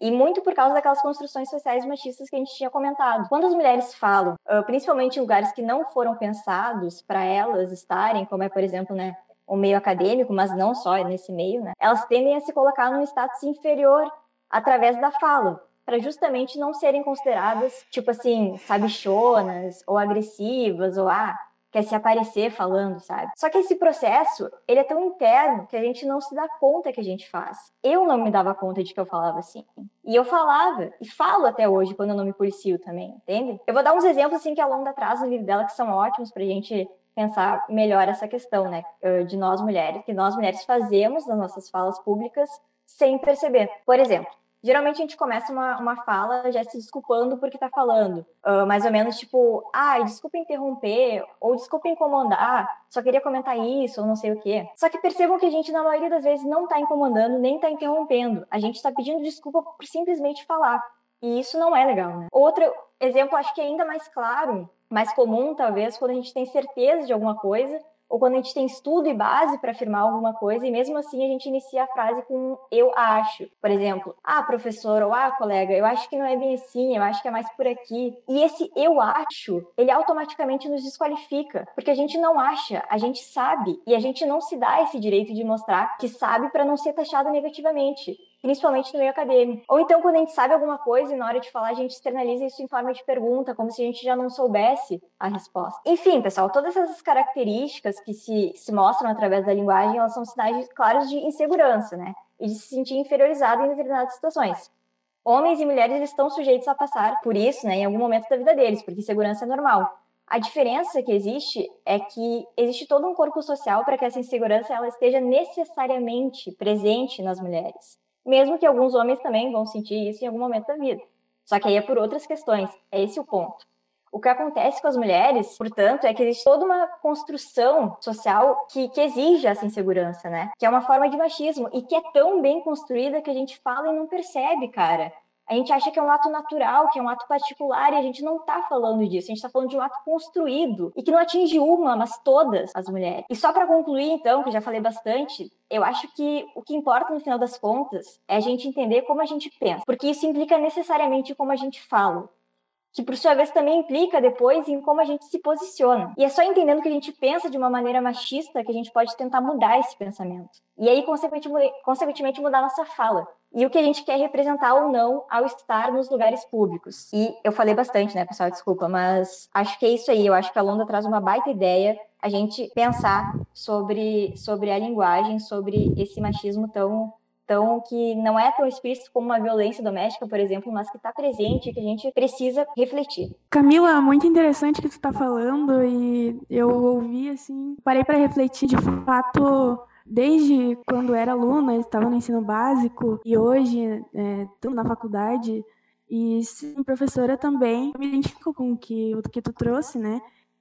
E muito por causa daquelas construções sociais machistas que a gente tinha comentado. Quando as mulheres falam, principalmente em lugares que não foram pensados para elas estarem, como é, por exemplo, né, o meio acadêmico, mas não só nesse meio, né, elas tendem a se colocar num status inferior através da fala, para justamente não serem consideradas, tipo assim, sabichonas, ou agressivas, ou quer se aparecer falando, sabe? Só que esse processo, ele é tão interno que a gente não se dá conta que a gente faz. Eu não me dava conta de que eu falava assim. E eu falava, e falo até hoje, quando eu não me policio também, entende? Eu vou dar uns exemplos, assim, que ao longo da atrás no livro dela, que são ótimos pra gente pensar melhor essa questão, né? De nós mulheres, que nós mulheres fazemos nas nossas falas públicas sem perceber. Por exemplo, geralmente a gente começa uma fala já se desculpando por que tá falando. Mais ou menos tipo, desculpa interromper, ou desculpa incomodar, só queria comentar isso, ou não sei o quê. Só que percebam que a gente, na maioria das vezes, não tá incomodando, nem tá interrompendo. A gente tá pedindo desculpa por simplesmente falar. E isso não é legal, né? Outro exemplo, acho que é ainda mais claro, mais comum, talvez, quando a gente tem certeza de alguma coisa, ou quando a gente tem estudo e base para afirmar alguma coisa, e mesmo assim a gente inicia a frase com eu acho. Por exemplo, professor, ou colega, eu acho que não é bem assim, eu acho que é mais por aqui. E esse eu acho, ele automaticamente nos desqualifica, porque a gente não acha, a gente sabe, e a gente não se dá esse direito de mostrar que sabe para não ser taxado negativamente, principalmente no meio acadêmico. Ou então, quando a gente sabe alguma coisa e na hora de falar a gente externaliza isso em forma de pergunta, como se a gente já não soubesse a resposta. Enfim, pessoal, todas essas características que se mostram através da linguagem, elas são sinais claros de insegurança, né? E de se sentir inferiorizado em determinadas situações. Homens e mulheres eles estão sujeitos a passar por isso, né, em algum momento da vida deles, porque insegurança é normal. A diferença que existe é que existe todo um corpo social para que essa insegurança ela esteja necessariamente presente nas mulheres. Mesmo que alguns homens também vão sentir isso em algum momento da vida. Só que aí é por outras questões. É esse o ponto. O que acontece com as mulheres, portanto, é que existe toda uma construção social que exige essa insegurança, né? Que é uma forma de machismo e que é tão bem construída que a gente fala e não percebe, cara. A gente acha que é um ato natural, que é um ato particular, e a gente não tá falando disso. A gente tá falando de um ato construído e que não atinge uma, mas todas as mulheres. E só para concluir, então, que eu já falei bastante, eu acho que o que importa no final das contas é a gente entender como a gente pensa, porque isso implica necessariamente como a gente fala, que por sua vez também implica depois em como a gente se posiciona. E é só entendendo que a gente pensa de uma maneira machista que a gente pode tentar mudar esse pensamento. E aí, consequentemente, mudar nossa fala. E o que a gente quer representar ou não ao estar nos lugares públicos. E eu falei bastante, né, pessoal? Desculpa, mas acho que é isso aí. Eu acho que a Londa traz uma baita ideia a gente pensar sobre a linguagem, sobre esse machismo tão que não é tão explícito como uma violência doméstica, por exemplo, mas que está presente e que a gente precisa refletir. Camila, muito interessante o que tu está falando e eu ouvi, assim, parei para refletir de fato. Desde quando era aluna, estava no ensino básico e hoje estou na faculdade e sim, professora também, eu me identifico com o que tu trouxe, né?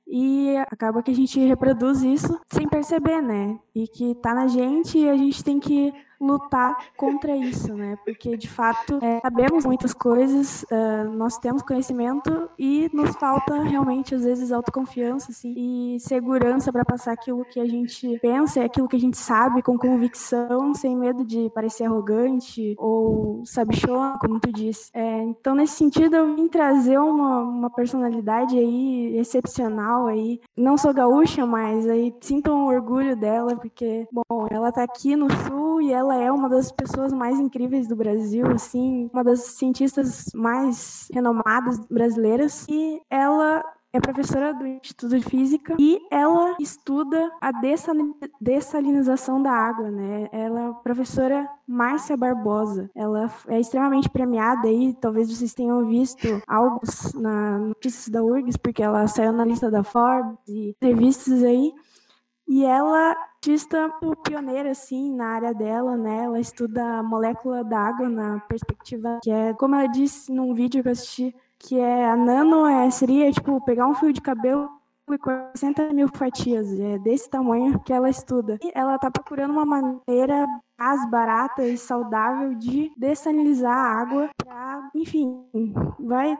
E acaba que a gente reproduz isso sem perceber, né? E que tá na gente e a gente tem que lutar contra isso, né? Porque, de fato, sabemos muitas coisas, nós temos conhecimento e nos falta realmente, às vezes, autoconfiança, assim, e segurança para passar aquilo que a gente pensa e aquilo que a gente sabe com convicção, sem medo de parecer arrogante ou sabichona, como tu disse. Então, nesse sentido, eu vim trazer uma personalidade aí excepcional aí. Não sou gaúcha, mas aí sinto um orgulho dela, porque, bom, ela tá aqui no Sul e ela é uma das pessoas mais incríveis do Brasil, assim, uma das cientistas mais renomadas brasileiras, e ela é professora do Instituto de Física e ela estuda a dessalinização da água, né? Ela é a professora Márcia Barbosa. Ela é extremamente premiada aí, talvez vocês tenham visto algo na notícias da URGS, porque ela saiu na lista da Forbes e entrevistas aí. E ela é cientista pioneira, assim, na área dela, né? Ela estuda a molécula da água na perspectiva que é, como ela disse num vídeo que eu assisti, que a nano seria, tipo, pegar um fio de cabelo e 60 mil fatias. É desse tamanho que ela estuda. E ela está procurando uma maneira mais barata e saudável de dessalinizar a água para, enfim, vai,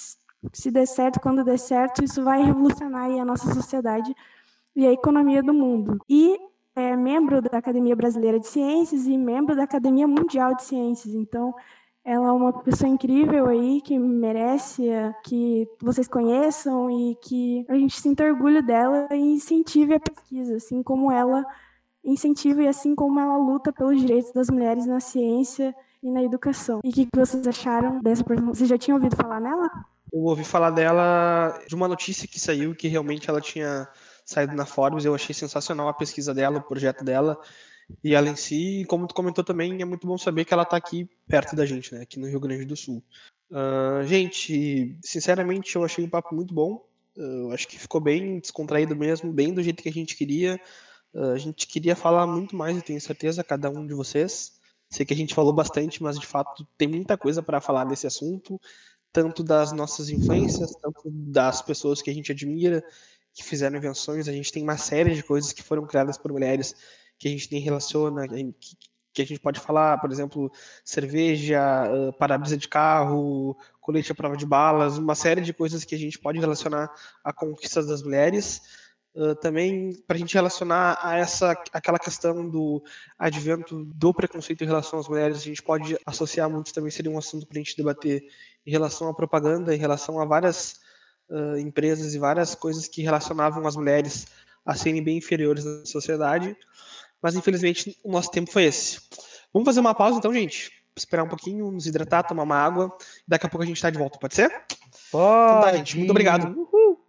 se der certo, quando der certo, isso vai revolucionar aí a nossa sociedade e a economia do mundo. E é membro da Academia Brasileira de Ciências e membro da Academia Mundial de Ciências. Então, ela é uma pessoa incrível aí, que merece que vocês conheçam e que a gente sinta orgulho dela e incentive a pesquisa, assim como ela incentiva e assim como ela luta pelos direitos das mulheres na ciência e na educação. E o que vocês acharam dessa pessoa? Vocês já tinham ouvido falar nela? Eu ouvi falar dela de uma notícia que saiu que realmente ela tinha saído na Forbes. Eu achei sensacional a pesquisa dela, o projeto dela e ela em si. E como tu comentou também, é muito bom saber que ela está aqui perto da gente, né? Aqui no Rio Grande do Sul. Gente, sinceramente, eu achei o papo muito bom. Eu acho que ficou bem descontraído mesmo, bem do jeito que a gente queria. A gente queria falar muito mais, eu tenho certeza, cada um de vocês. Sei que a gente falou bastante, mas de fato tem muita coisa para falar desse assunto, tanto das nossas influências, tanto das pessoas que a gente admira, que fizeram invenções. A gente tem uma série de coisas que foram criadas por mulheres que a gente nem relaciona, que a gente pode falar, por exemplo, cerveja, para-brisa de carro, colete à prova de balas, uma série de coisas que a gente pode relacionar a conquistas das mulheres. Também para a gente relacionar a aquela questão do advento do preconceito em relação às mulheres, a gente pode associar muito, também seria um assunto para a gente debater em relação à propaganda, em relação a várias empresas e várias coisas que relacionavam as mulheres a serem bem inferiores na sociedade, mas infelizmente o nosso tempo foi esse. Vamos fazer uma pausa então, gente? Esperar um pouquinho, nos hidratar, tomar uma água, daqui a pouco a gente está de volta, pode ser? Pode. Então tá, gente, muito obrigado. Uhul.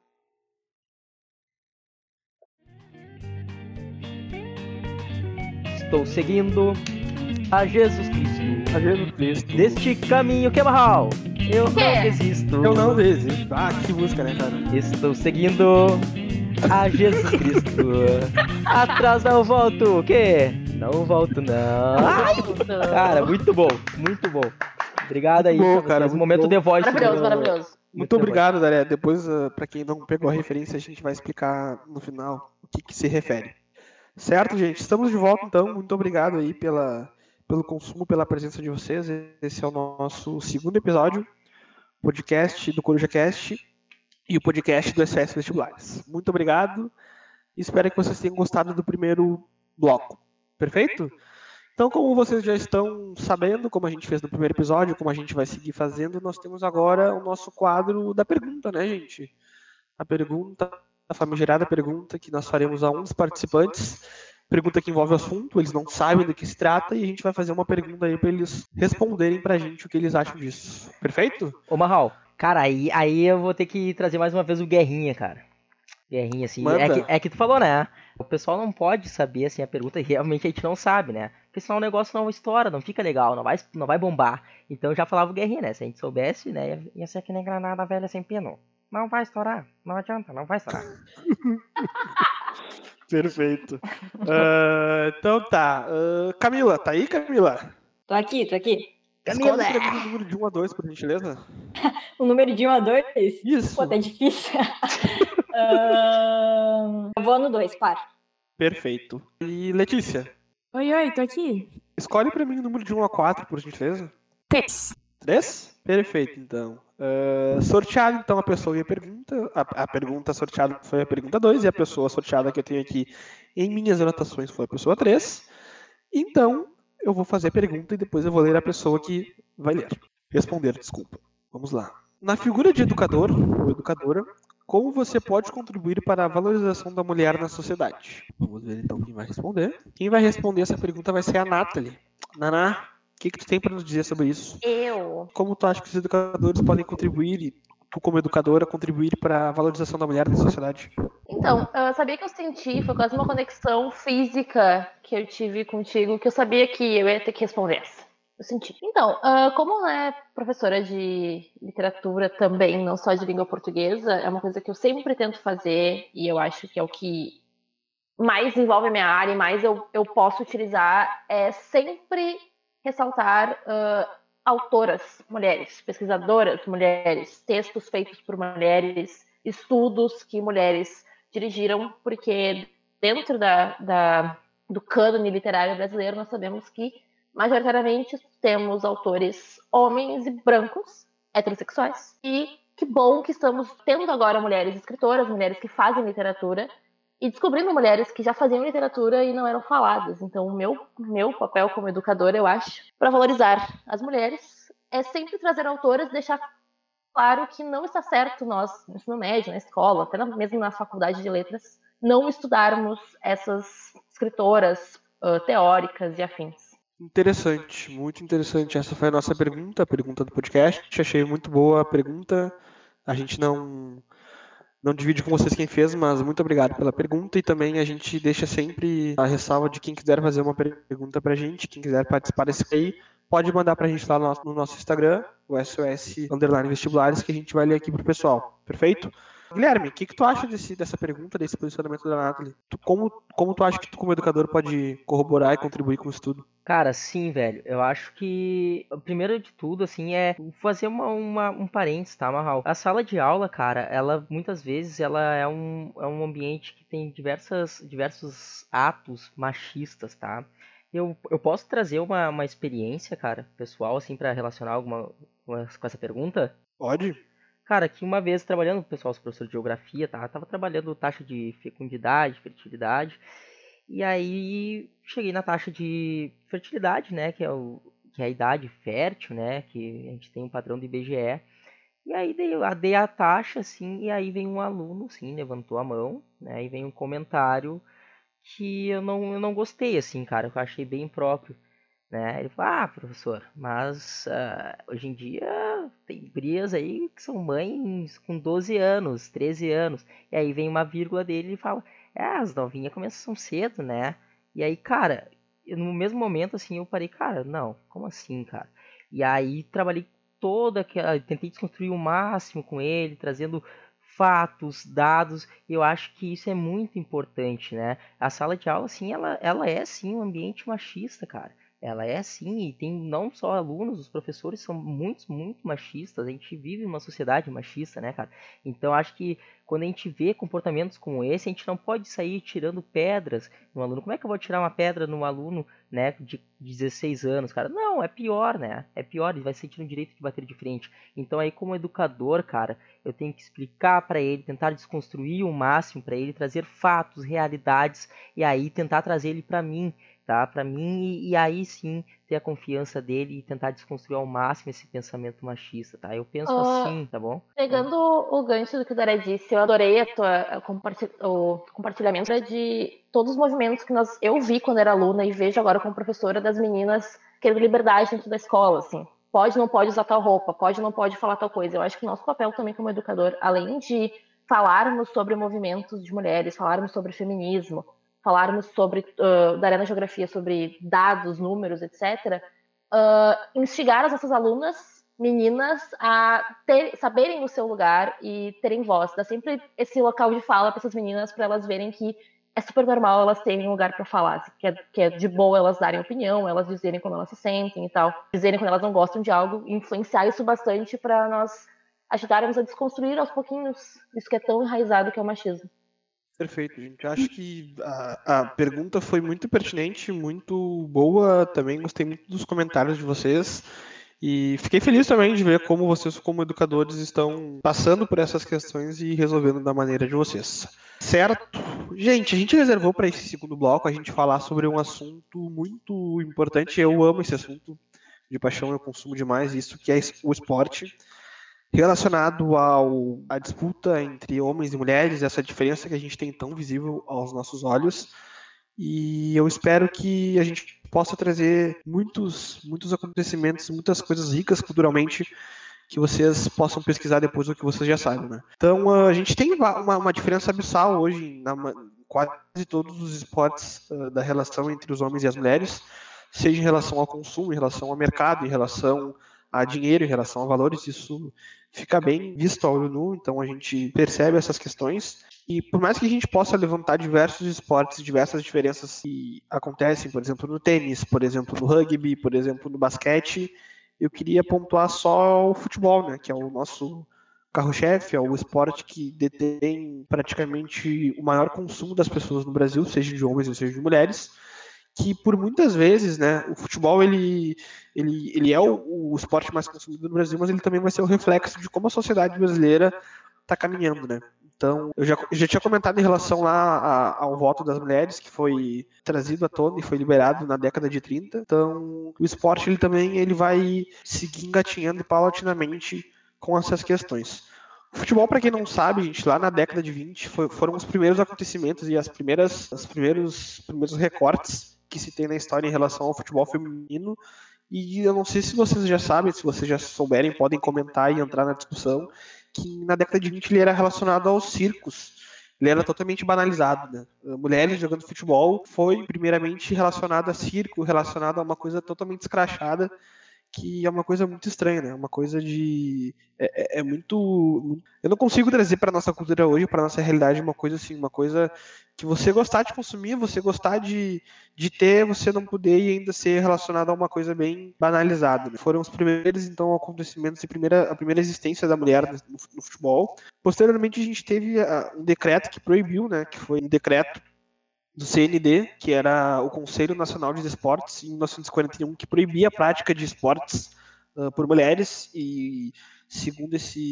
Estou seguindo a Jesus Cristo. A Jesus Cristo. Neste caminho que é Marral. Eu O quê? não desisto. Eu não desisto. Ah, que música, né, cara? Estou seguindo a Jesus Cristo. Atrás não volto. O quê? Não volto, não. Ai, cara, muito bom. Muito bom. Obrigado aí, Muito bom, pra cara, vocês. muito Momento bom. The Voice. Maravilhoso, maravilhoso. Muito obrigado, Daré. Depois, pra quem não pegou a referência, a gente vai explicar no final o que se refere. Certo, gente? Estamos de volta, então. Muito obrigado aí pelo consumo, pela presença de vocês. Esse é o nosso segundo episódio, podcast do CorujaCast e o podcast do SS Vestibulares. Muito obrigado. Espero que vocês tenham gostado do primeiro bloco. Perfeito? Então, como vocês já estão sabendo, como a gente fez no primeiro episódio, como a gente vai seguir fazendo, nós temos agora o nosso quadro da pergunta, né, gente? A pergunta, a famigerada pergunta que nós faremos a um dos participantes. Pergunta que envolve o assunto, eles não sabem do que se trata e a gente vai fazer uma pergunta aí para eles responderem pra gente o que eles acham disso. Perfeito? Ô, Marral, cara, aí eu vou ter que trazer mais uma vez o Guerrinha, cara. Guerrinha, assim, é que tu falou, né? O pessoal não pode saber, assim, a pergunta, e realmente a gente não sabe, né? Porque senão o negócio não estoura, não fica legal, não vai bombar. Então já falava o Guerrinha, né? Se a gente soubesse, né, ia ser que nem granada velha sem pino. Não vai estourar, não adianta, não vai estourar. Perfeito. Então tá. Camila, tá aí, Camila? Tô aqui. Escolhe pra mim o número de 1 a 2, por gentileza. O número de 1 a 2? Isso. Pô, tá difícil. Eu vou no 2, claro. Perfeito. E Letícia, Oi, tô aqui. escolhe pra mim o número de 1 a 4, por gentileza. 3. 3? Perfeito, então. Sorteado, então, a pessoa e a pergunta. A pergunta sorteada foi a pergunta 2, e a pessoa sorteada que eu tenho aqui em minhas anotações foi a pessoa 3. Então, eu vou fazer a pergunta e depois eu vou ler a pessoa que vai ler. Responder, desculpa. Vamos lá. Na figura de educador ou educadora, como você pode contribuir para a valorização da mulher na sociedade? Vamos ver então quem vai responder. Quem vai responder essa pergunta vai ser a Nathalie. Naná, o que tu tem para nos dizer sobre isso? Eu. Como tu acha que os educadores podem contribuir, e tu como educadora, contribuir para a valorização da mulher na sociedade? Então, eu sabia que eu senti, foi quase uma conexão física que eu tive contigo, que eu sabia que eu ia ter que responder essa. Eu senti. Então, como professora de literatura também, não só de língua portuguesa, é uma coisa que eu sempre tento fazer e eu acho que é o que mais envolve a minha área e mais eu posso utilizar, é sempre ressaltar autoras mulheres, pesquisadoras mulheres, textos feitos por mulheres, estudos que mulheres dirigiram, porque dentro do cânone literário brasileiro nós sabemos que majoritariamente temos autores homens e brancos, heterossexuais, e que bom que estamos tendo agora mulheres escritoras, mulheres que fazem literatura, e descobrindo mulheres que já faziam literatura e não eram faladas. Então, o meu papel como educadora, eu acho, para valorizar as mulheres é sempre trazer autoras, deixar claro que não está certo nós, no ensino médio, na escola, até mesmo na faculdade de letras, não estudarmos essas escritoras teóricas e afins. Interessante, muito interessante. Essa foi a nossa pergunta, a pergunta do podcast. Achei muito boa a pergunta. A gente não divide com vocês quem fez, mas muito obrigado pela pergunta. E também a gente deixa sempre a ressalva de quem quiser fazer uma pergunta pra gente, quem quiser participar desse aí, pode mandar pra gente lá no nosso Instagram, o SOS_vestibulares, que a gente vai ler aqui pro pessoal. Perfeito? Guilherme, o que tu acha dessa pergunta, desse posicionamento da Nathalie? Como tu acha que tu, como educador, pode corroborar e contribuir com o estudo? Cara, sim, velho. Eu acho que, primeiro de tudo, assim, é fazer um parênteses, tá, Marral? A sala de aula, cara, ela, muitas vezes, ela é um ambiente que tem diversos atos machistas, tá? Eu posso trazer uma experiência, cara, pessoal, assim, pra relacionar com essa pergunta? Pode? Cara, que uma vez trabalhando, pessoal, sou professor de geografia, tá? Tava trabalhando taxa de fecundidade, fertilidade. E aí cheguei na taxa de fertilidade, né? Que é a idade fértil, né? Que a gente tem um padrão do IBGE. E aí dei a taxa, assim, e aí vem um aluno, assim, levantou a mão, né? E vem um comentário que eu não gostei, assim, cara, que eu achei bem impróprio. Né? Ele falou, professor, mas hoje em dia tem gurias aí que são mães com 12 anos, 13 anos. E aí vem uma vírgula dele e fala, as novinhas começam cedo, né? E aí, cara, no mesmo momento, assim, eu parei, cara, não, como assim, cara? E aí trabalhei tentei desconstruir o máximo com ele, trazendo fatos, dados. Eu acho que isso é muito importante, né? A sala de aula, assim, ela é, sim, um ambiente machista, cara. Ela é assim, e tem não só alunos, os professores são muito machistas, a gente vive uma sociedade machista, né, cara? Então, acho que quando a gente vê comportamentos como esse, a gente não pode sair tirando pedras no aluno. Como é que eu vou tirar uma pedra no aluno, né, de 16 anos, cara? Não, é pior, né? É pior, ele vai sentir o direito de bater de frente. Então, aí, como educador, cara, eu tenho que explicar para ele, tentar desconstruir o máximo para ele, trazer fatos, realidades, e aí tentar trazer ele para mim, tá? Para mim, e aí sim ter a confiança dele e tentar desconstruir ao máximo esse pensamento machista, tá? Eu penso assim, tá bom? Pegando o gancho do que o Daré disse, eu adorei o compartilhamento de todos os movimentos que eu vi quando era aluna e vejo agora como professora das meninas querendo liberdade dentro da escola, assim. Pode, não pode usar tal roupa, pode, não pode falar tal coisa. Eu acho que o nosso papel também como educador, além de falarmos sobre movimentos de mulheres, falarmos sobre feminismo, falarmos sobre, da Arena Geografia, sobre dados, números, etc., instigar as nossas alunas, meninas, a saberem o seu lugar e terem voz. Dá sempre esse local de fala para essas meninas, para elas verem que é super normal elas terem um lugar para falar, que é de boa elas darem opinião, elas dizerem como elas se sentem e tal, dizerem quando elas não gostam de algo, influenciar isso bastante para nós ajudarmos a desconstruir aos pouquinhos isso que é tão enraizado que é o machismo. Perfeito, gente. Acho que a pergunta foi muito pertinente, muito boa. Também gostei muito dos comentários de vocês. E fiquei feliz também de ver como vocês, como educadores, estão passando por essas questões e resolvendo da maneira de vocês. Certo? Gente, a gente reservou para esse segundo bloco a gente falar sobre um assunto muito importante. Eu amo esse assunto de paixão, eu consumo demais isso, que é o esporte. Relacionado à disputa entre homens e mulheres, essa diferença que a gente tem tão visível aos nossos olhos. E eu espero que a gente possa trazer muitos acontecimentos, muitas coisas ricas culturalmente que vocês possam pesquisar depois do que vocês já sabem, né? Então, a gente tem uma diferença abissal hoje em quase todos os esportes da relação entre os homens e as mulheres, seja em relação ao consumo, em relação ao mercado, em relação a dinheiro, em relação a valores, isso fica bem visto ao olho nu, então a gente percebe essas questões. E por mais que a gente possa levantar diversos esportes, diversas diferenças que acontecem, por exemplo, no tênis, por exemplo, no rugby, por exemplo, no basquete, eu queria pontuar só o futebol, né, que é o nosso carro-chefe, é o esporte que detém praticamente o maior consumo das pessoas no Brasil, seja de homens ou seja de mulheres, que por muitas vezes, né, o futebol ele é o esporte mais consumido no Brasil, mas ele também vai ser o reflexo de como a sociedade brasileira está caminhando, né? Então, eu já tinha comentado em relação lá ao voto das mulheres, que foi trazido à tona e foi liberado na década de 30. Então, o esporte ele vai seguir engatinhando paulatinamente com essas questões. O futebol, para quem não sabe, gente, lá na década de 20 foram os primeiros acontecimentos e os primeiros recortes que se tem na história em relação ao futebol feminino. E eu não sei se vocês já sabem, se vocês já souberem, podem comentar e entrar na discussão, que na década de 20 ele era relacionado aos circos. Ele era totalmente banalizado, né? Mulheres jogando futebol foi primeiramente relacionado a circo, relacionado a uma coisa totalmente escrachada, que é uma coisa muito estranha, né? Uma coisa de muito. Eu não consigo trazer para nossa cultura hoje, para nossa realidade, uma coisa assim, uma coisa que você gostar de consumir, você gostar de ter, você não poder e ainda ser relacionado a uma coisa bem banalizada. Né? Foram os primeiros, então, acontecimentos e a primeira existência da mulher no futebol. Posteriormente, a gente teve um decreto que proibiu, né? Que foi um decreto do CND, que era o Conselho Nacional de Esportes, em 1941, que proibia a prática de esportes por mulheres, e segundo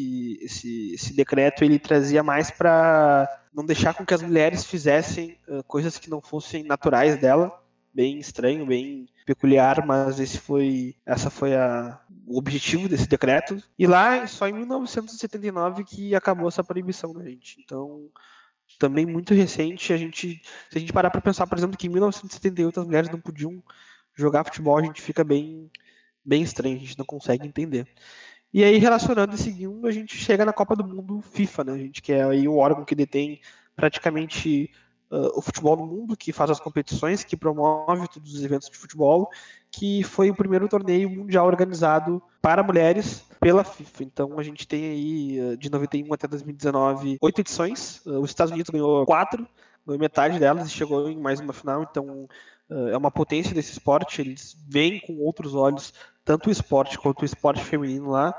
esse decreto, ele trazia mais para não deixar com que as mulheres fizessem coisas que não fossem naturais dela, bem estranho, bem peculiar, mas essa foi o objetivo desse decreto. E lá, só em 1979 que acabou essa proibição, né, gente? Então, também muito recente, se a gente parar para pensar, por exemplo, que em 1978 as mulheres não podiam jogar futebol, a gente fica bem estranho, a gente não consegue entender. E aí, relacionando e seguindo, a gente chega na Copa do Mundo FIFA, né, gente, que é aí o órgão que detém praticamente o futebol no mundo, que faz as competições, que promove todos os eventos de futebol, que foi o primeiro torneio mundial organizado para mulheres pela FIFA. Então a gente tem aí, de 91 até 2019, 8 edições. Os Estados Unidos ganhou 4, ganhou metade delas e chegou em mais uma final. Então é uma potência desse esporte. Eles veem com outros olhos tanto o esporte quanto o esporte feminino lá.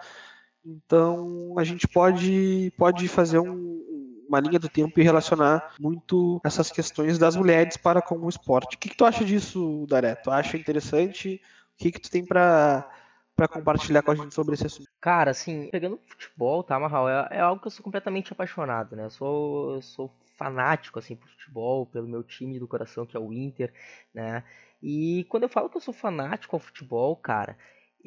Então a gente pode fazer uma linha do tempo e relacionar muito essas questões das mulheres para com o esporte. O que tu acha disso, Daré? Tu acha interessante? O que tu tem para compartilhar com a gente sobre esse assunto? Cara, assim, pegando futebol, tá, Marral, é algo que eu sou completamente apaixonado, né? Eu sou fanático, assim, por futebol, pelo meu time do coração, que é o Inter, né? E quando eu falo que eu sou fanático ao futebol, cara,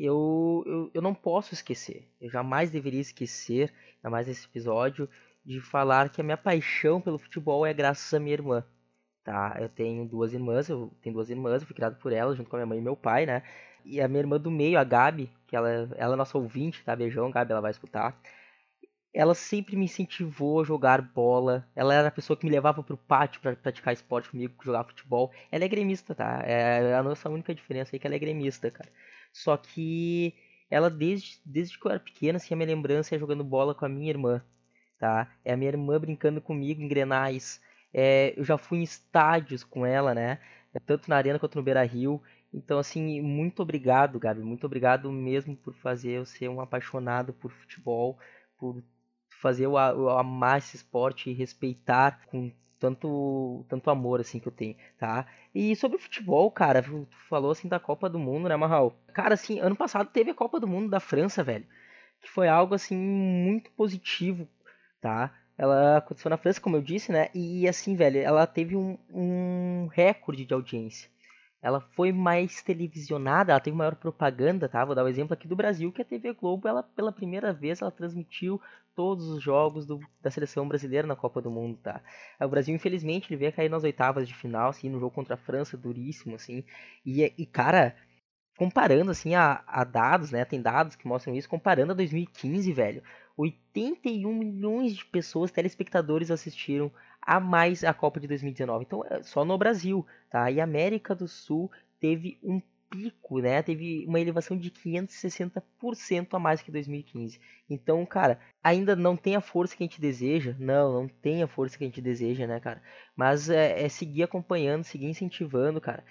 eu não posso esquecer. Eu jamais deveria esquecer, ainda mais nesse episódio, de falar que a minha paixão pelo futebol é graças à minha irmã, tá? Eu tenho duas irmãs, eu fui criado por elas, junto com a minha mãe e meu pai, né? E a minha irmã do meio, a Gabi, que ela é nossa ouvinte, tá? Beijão, Gabi, ela vai escutar. Ela sempre me incentivou a jogar bola. Ela era a pessoa que me levava pro pátio pra praticar esporte comigo, jogar futebol. Ela é gremista, tá? É a nossa única diferença aí que ela é gremista, cara. Só que ela, desde que eu era pequena, assim, a minha lembrança é jogando bola com a minha irmã, tá? É a minha irmã brincando comigo em Grenais. Eu já fui em estádios com ela, né? Tanto na Arena quanto no Beira-Rio. Então, assim, muito obrigado, Gabi. Muito obrigado mesmo por fazer eu ser um apaixonado por futebol, por fazer eu amar esse esporte e respeitar com tanto amor, assim, que eu tenho, tá? E sobre o futebol, cara, tu falou, assim, da Copa do Mundo, né, Marral? Cara, assim, ano passado teve a Copa do Mundo da França, velho, que foi algo, assim, muito positivo, tá? Ela aconteceu na França, como eu disse, né? E assim, velho, ela teve um recorde de audiência. Ela foi mais televisionada, ela teve maior propaganda, tá? Vou dar o exemplo aqui do Brasil, que a TV Globo, ela pela primeira vez, ela transmitiu todos os jogos da seleção brasileira na Copa do Mundo, tá? O Brasil, infelizmente, ele veio cair nas oitavas de final, assim, no jogo contra a França, duríssimo, assim. E cara, comparando assim a dados, né? Tem dados que mostram isso, comparando a 2015, velho. 81 milhões de pessoas, telespectadores, assistiram a mais a Copa de 2019. Então, só no Brasil, tá? E a América do Sul teve um pico, né? Teve uma elevação de 560% a mais que 2015. Então, cara, ainda não tem a força que a gente deseja. Não tem a força que a gente deseja, né, cara? Mas é seguir acompanhando, seguir incentivando, cara.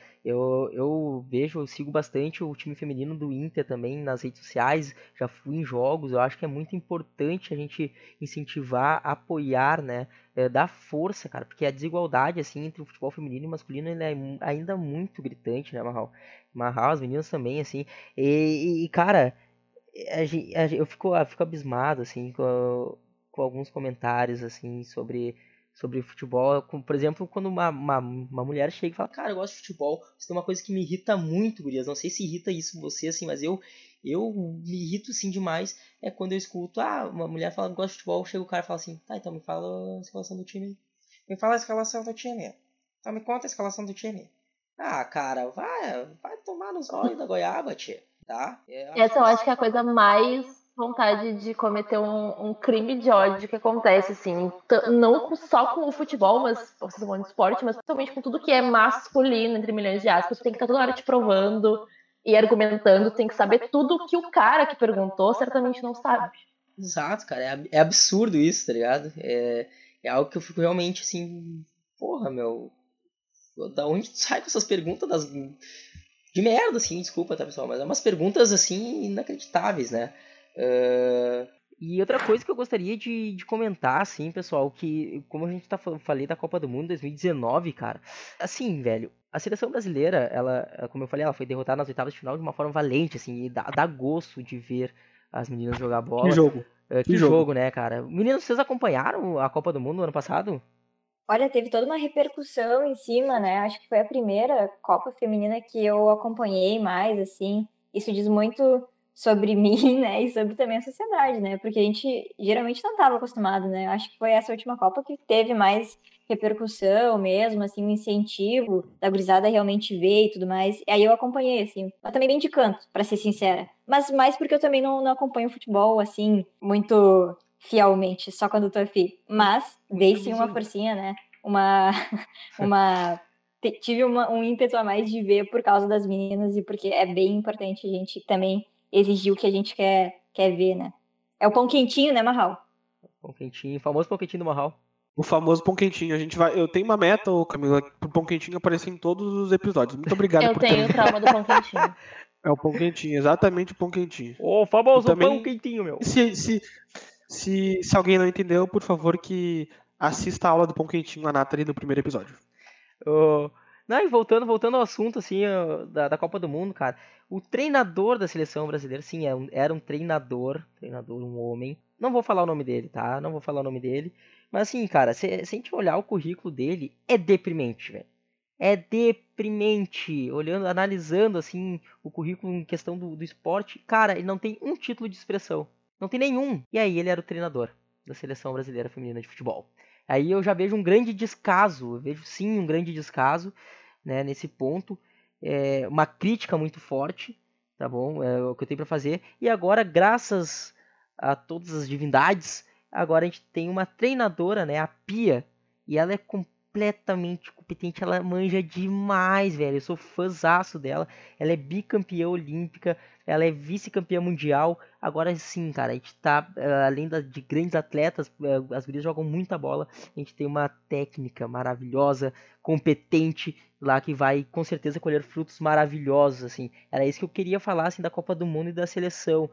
Eu sigo bastante o time feminino do Inter também nas redes sociais, já fui em jogos, eu acho que é muito importante a gente incentivar, apoiar, né, dar força, cara, porque a desigualdade, assim, entre o futebol feminino e masculino, ele é ainda muito gritante, né, Marral, as meninas também, assim, cara, eu fico abismado, assim, com com alguns comentários, assim, sobre futebol. Por exemplo, quando uma mulher chega e fala, cara, eu gosto de futebol, isso tem uma coisa que me irrita muito, gurias, não sei se irrita isso você, assim, mas eu me irrito, assim, demais, é quando eu escuto, uma mulher fala, gosto de futebol, chega o cara e fala assim, tá, então me fala a escalação do time. Me fala a escalação do time. Então me conta a escalação do time. Ah, cara, vai tomar nos olhos da goiaba, tia, tá? Essa eu acho que é a coisa mais vontade de cometer um crime de ódio que acontece, assim, não só com o futebol, mas vocês vão de esporte, mas principalmente com tudo que é masculino, entre milhões de aspas, tu tem que estar toda hora te provando e argumentando, tem que saber tudo que o cara que perguntou certamente não sabe. Exato, cara, é absurdo isso, tá ligado? É algo que eu fico realmente assim, porra, meu, da onde tu sai com essas perguntas de merda, assim, desculpa, tá, pessoal, mas é umas perguntas, assim, inacreditáveis, né? E outra coisa que eu gostaria de comentar, assim, pessoal, que como a gente falei da Copa do Mundo 2019, cara, assim, velho, a seleção brasileira, ela, como eu falei, ela foi derrotada nas oitavas de final de uma forma valente, assim, e dá gosto de ver as meninas jogar bola. Que jogo. Que jogo, né, cara? Meninos, vocês acompanharam a Copa do Mundo no ano passado? Olha, teve toda uma repercussão em cima, né? Acho que foi a primeira Copa Feminina que eu acompanhei mais, assim. Isso diz muito sobre mim, né? E sobre também a sociedade, né? Porque a gente geralmente não estava acostumado, né? Acho que foi essa última Copa que teve mais repercussão mesmo, assim, um incentivo da gurizada realmente ver e tudo mais. E aí eu acompanhei, assim, mas também bem de canto, pra ser sincera. Mas mais porque eu também não acompanho futebol, assim, muito fielmente, só quando tô afim. Mas dei sim uma forcinha, né? Tive um ímpeto a mais de ver por causa das meninas e porque é bem importante a gente também exigir o que a gente quer ver, né? É o pão quentinho, né, Marral? Pão quentinho, famoso pão quentinho do Marral. O famoso pão quentinho. Eu tenho uma meta, Camila, pro pão quentinho aparecer em todos os episódios. Muito obrigado Eu por tenho o trauma do pão quentinho. É o pão quentinho, exatamente o pão quentinho. O famoso também, pão quentinho, meu. Se alguém não entendeu, por favor, que assista a aula do pão quentinho na Nathalie no primeiro episódio. Não, e voltando ao assunto, assim, da Copa do Mundo, cara. O treinador da seleção brasileira, sim, era um treinador, um homem. Não vou falar o nome dele, tá? Não vou falar o nome dele. Mas assim, cara, se a gente olhar o currículo dele, é deprimente, velho. É deprimente. Analisando, assim, o currículo em questão do esporte, cara, ele não tem um título de expressão. Não tem nenhum. E aí ele era o treinador da seleção brasileira feminina de futebol. Aí eu já vejo um grande descaso, um grande descaso, né, nesse ponto, uma crítica muito forte, tá bom? É o que eu tenho para fazer. E agora, graças a todas as divindades, agora a gente tem uma treinadora, né, a Pia, e ela é completamente competente, ela manja demais, velho. Eu sou fãzaço dela. Ela é bicampeã olímpica, ela é vice-campeã mundial. Agora sim, cara, a gente tá, além de grandes atletas, as gurias jogam muita bola. A gente tem uma técnica maravilhosa, competente lá, que vai com certeza colher frutos maravilhosos, assim. Era isso que eu queria falar, assim, da Copa do Mundo e da seleção.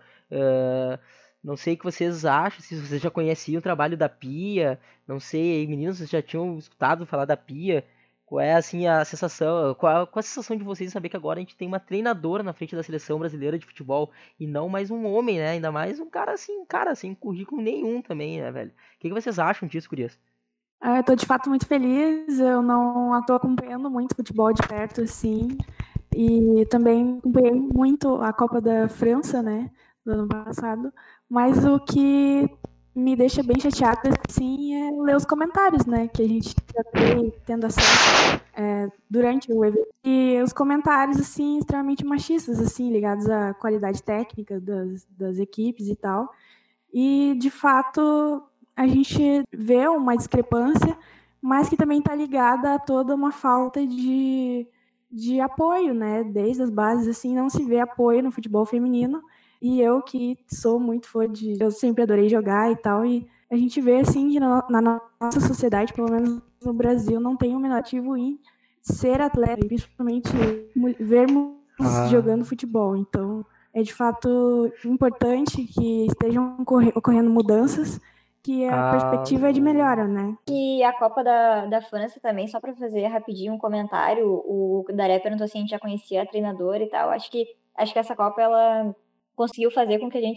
Não sei o que vocês acham, se vocês já conheciam o trabalho da Pia. Não sei, meninos, vocês já tinham escutado falar da Pia? Qual é, assim, a sensação, qual a sensação de vocês em saber que agora a gente tem uma treinadora na frente da seleção brasileira de futebol e não mais um homem, né? Ainda mais um cara sem currículo nenhum também, né, velho? O que vocês acham disso, gurias? Eu tô de fato muito feliz, eu não tô acompanhando muito futebol de perto, assim, e também acompanhei muito a Copa da França, né, do ano passado, mas o que me deixa bem chateada, assim, é ler os comentários, né, que a gente já tendo acesso durante o evento, e os comentários, assim, extremamente machistas, assim, ligados à qualidade técnica das equipes e tal, e, de fato, a gente vê uma discrepância, mas que também está ligada a toda uma falta de apoio, né? Desde as bases, assim, não se vê apoio no futebol feminino. E eu, que sou muito fã eu sempre adorei jogar e tal, e a gente vê, assim, que na nossa sociedade, pelo menos no Brasil, não tem um menor motivo em ser atleta, e principalmente vermos jogando futebol. Então, é de fato importante que estejam ocorrendo mudanças, que a perspectiva é de melhora, né? E a Copa da França também, só para fazer rapidinho um comentário, o Daré perguntou se a gente já conhecia a treinadora e tal. Acho que essa Copa ela conseguiu fazer com que a gente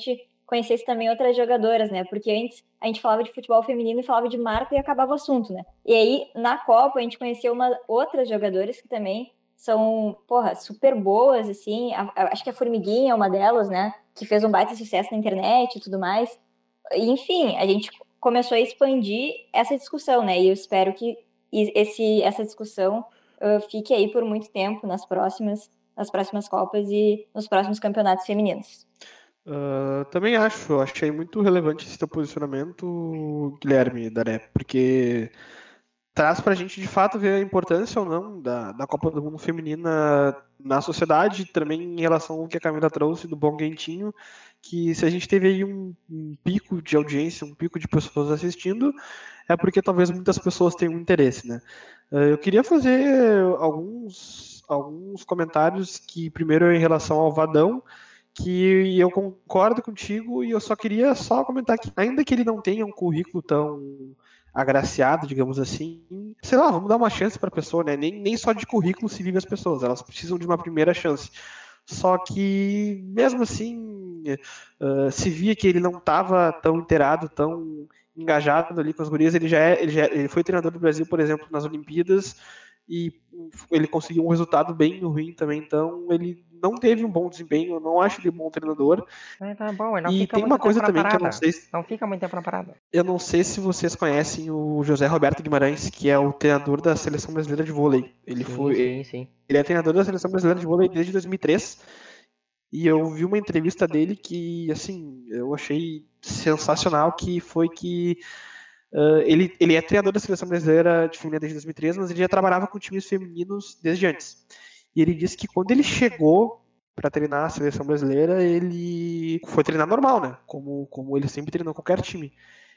conhecesse também outras jogadoras, né? Porque antes a gente falava de futebol feminino e falava de marca e acabava o assunto, né? E aí, na Copa, a gente conheceu outras jogadoras que também são, super boas, assim. Acho que a Formiguinha é uma delas, né? Que fez um baita sucesso na internet e tudo mais. Enfim, a gente começou a expandir essa discussão, né? E eu espero que essa discussão fique aí por muito tempo nas próximas Copas e nos próximos campeonatos femininos. Também achei muito relevante esse teu posicionamento, Guilherme Daré, porque traz pra gente de fato ver a importância ou não da Copa do Mundo Feminina na sociedade, também em relação ao que a Camila trouxe do Bom Quentinho, que se a gente teve aí um pico de audiência, um pico de pessoas assistindo, é porque talvez muitas pessoas tenham interesse, né? Eu queria fazer alguns comentários que primeiro é em relação ao Vadão, que eu concordo contigo e eu só queria comentar que ainda que ele não tenha um currículo tão agraciado, digamos assim, sei lá, vamos dar uma chance para a pessoa, né? Nem só de currículo se vive as pessoas, elas precisam de uma primeira chance. Só que, mesmo assim, se via que ele não estava tão inteirado, tão engajado ali com as gurias. Ele foi treinador do Brasil, por exemplo, nas Olimpíadas, e ele conseguiu um resultado bem ruim também, então ele não teve um bom desempenho, eu não acho ele um bom treinador. Tá bom, ele não E fica tem muito uma coisa tempo na também que eu parada. não sei se... Não fica muito tempo na parada. Eu não sei se vocês conhecem o José Roberto Guimarães, que é o treinador da Seleção Brasileira de Vôlei. Sim. Ele é treinador da Seleção Brasileira de Vôlei desde 2003. E eu vi uma entrevista dele que, assim, eu achei sensacional, que foi que ele é treinador da Seleção Brasileira de Feminina desde 2003, mas ele já trabalhava com times femininos desde antes. E ele disse que quando ele chegou para treinar a Seleção Brasileira, ele foi treinar normal, né? Como ele sempre treinou qualquer time.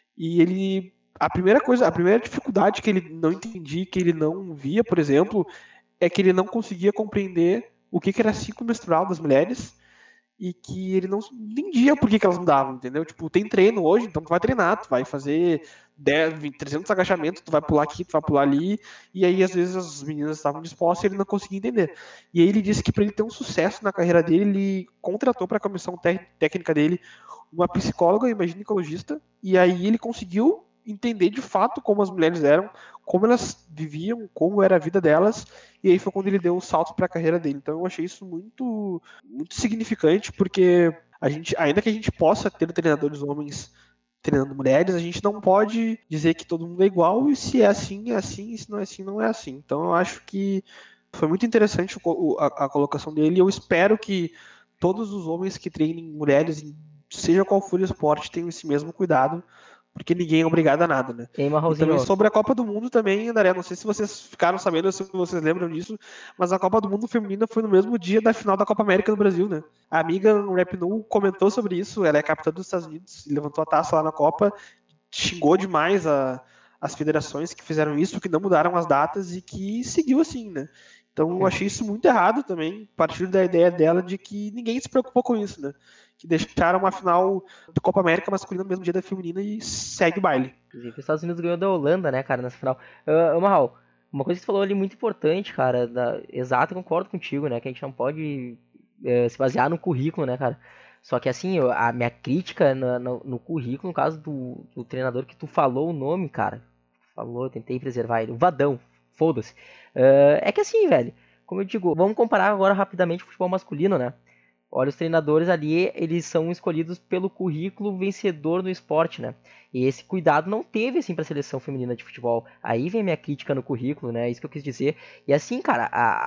E a primeira dificuldade que ele não entendia, que ele não via, por exemplo, é que ele não conseguia compreender o que era ciclo menstrual das mulheres e que ele não entendia por que elas mudavam, entendeu? Tipo, tem treino hoje, então tu vai treinar, tu vai fazer 10, 20, 300 agachamentos, tu vai pular aqui, tu vai pular ali, e aí às vezes as meninas estavam dispostas e ele não conseguia entender. E aí ele disse que para ele ter um sucesso na carreira dele, ele contratou para a comissão técnica dele uma psicóloga e uma ginecologista, e aí ele conseguiu entender de fato como as mulheres eram, como elas viviam, como era a vida delas, e aí foi quando ele deu o salto para a carreira dele. Então eu achei isso muito, muito significante, porque ainda que a gente possa ter treinadores homens treinando mulheres, a gente não pode dizer que todo mundo é igual, e se é assim, e se não é assim, não é assim. Então eu acho que foi muito interessante a colocação dele, e eu espero que todos os homens que treinem mulheres, seja qual for o esporte, tenham esse mesmo cuidado, porque ninguém é obrigado a nada, né? E aí, E Marrãozinho, também sobre a Copa do Mundo também, André, não sei se vocês ficaram sabendo, se vocês lembram disso, mas a Copa do Mundo feminina foi no mesmo dia da final da Copa América no Brasil, né? A amiga Rapinoe comentou sobre isso, ela é capitã dos Estados Unidos, levantou a taça lá na Copa, xingou demais as federações que fizeram isso, que não mudaram as datas e que seguiu assim, né? Então eu achei isso muito errado também, a partir da ideia dela de que ninguém se preocupou com isso, né? Que deixaram uma final da Copa América masculina no mesmo dia da feminina e segue o baile. Inclusive, os Estados Unidos ganhou da Holanda, né, cara, nessa final. Marral, uma coisa que você falou ali muito importante, cara, exato, eu concordo contigo, né, que a gente não pode se basear no currículo, né, cara. Só que assim, a minha crítica no currículo, no caso do treinador que tu falou o nome, cara, eu tentei preservar ele, o Vadão, foda-se. É que assim, velho, como eu digo, vamos comparar agora rapidamente o futebol masculino, né. Olha, os treinadores ali, eles são escolhidos pelo currículo vencedor no esporte, né? E esse cuidado não teve, assim, pra seleção feminina de futebol. Aí vem minha crítica no currículo, né? Isso que eu quis dizer. E assim, cara,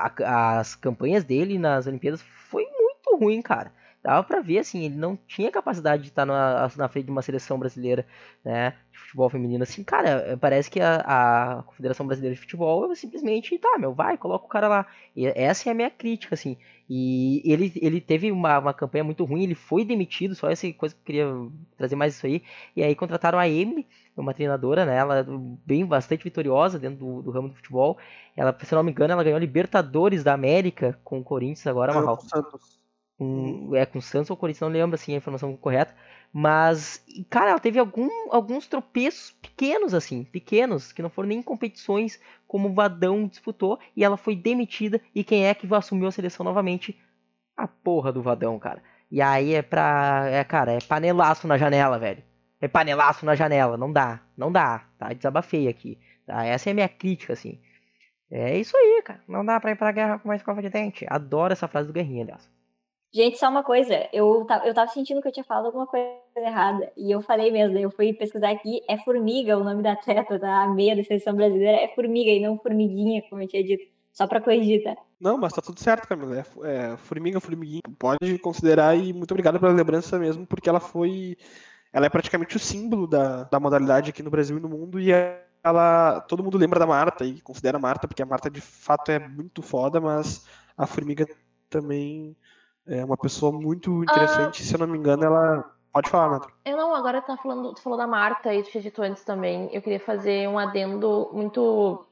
as campanhas dele nas Olimpíadas foi muito ruim, cara. Dava pra ver, assim, ele não tinha capacidade de estar na frente de uma seleção brasileira, né? De futebol feminino. Assim, cara, parece que a Confederação Brasileira de Futebol simplesmente, vai, coloca o cara lá. E essa é a minha crítica, assim. E ele teve uma campanha muito ruim, ele foi demitido, só essa coisa que eu queria trazer mais isso aí. E aí contrataram a Emily, uma treinadora, né? Ela bastante vitoriosa dentro do ramo do futebol. Ela, se não me engano, ela ganhou a Libertadores da América com o Corinthians agora, Com o Santos. com o Santos ou o Corinthians, não lembro assim a informação correta. Mas, cara, ela teve alguns tropeços pequenos, que não foram nem competições como o Vadão disputou, e ela foi demitida, e quem é que assumiu a seleção novamente? A porra do Vadão, cara. E aí cara, é panelaço na janela, velho. É panelaço na janela, não dá, tá? Desabafei aqui, tá? Essa é a minha crítica, assim. É isso aí, cara. Não dá pra ir pra guerra com uma escova de dente. Adoro essa frase do Guerrinha, aliás. Gente, só uma coisa, eu tava sentindo que eu tinha falado alguma coisa errada, e eu falei mesmo, eu fui pesquisar aqui, é Formiga o nome da atleta, tá? A meia da seleção brasileira é Formiga e não Formiguinha, como eu tinha dito, só pra corrigir, tá? Não, mas tá tudo certo, Camila. É formiga, formiguinha. Pode considerar e muito obrigado pela lembrança mesmo, porque ela é praticamente o símbolo da modalidade aqui no Brasil e no mundo, e todo mundo lembra da Marta e considera a Marta, porque a Marta de fato é muito foda, mas a Formiga também é uma pessoa muito interessante. Se eu não me engano, ela... Pode falar, Nath. Eu não, agora tu falou da Marta e tu tinha dito antes também. Eu queria fazer um adendo muito.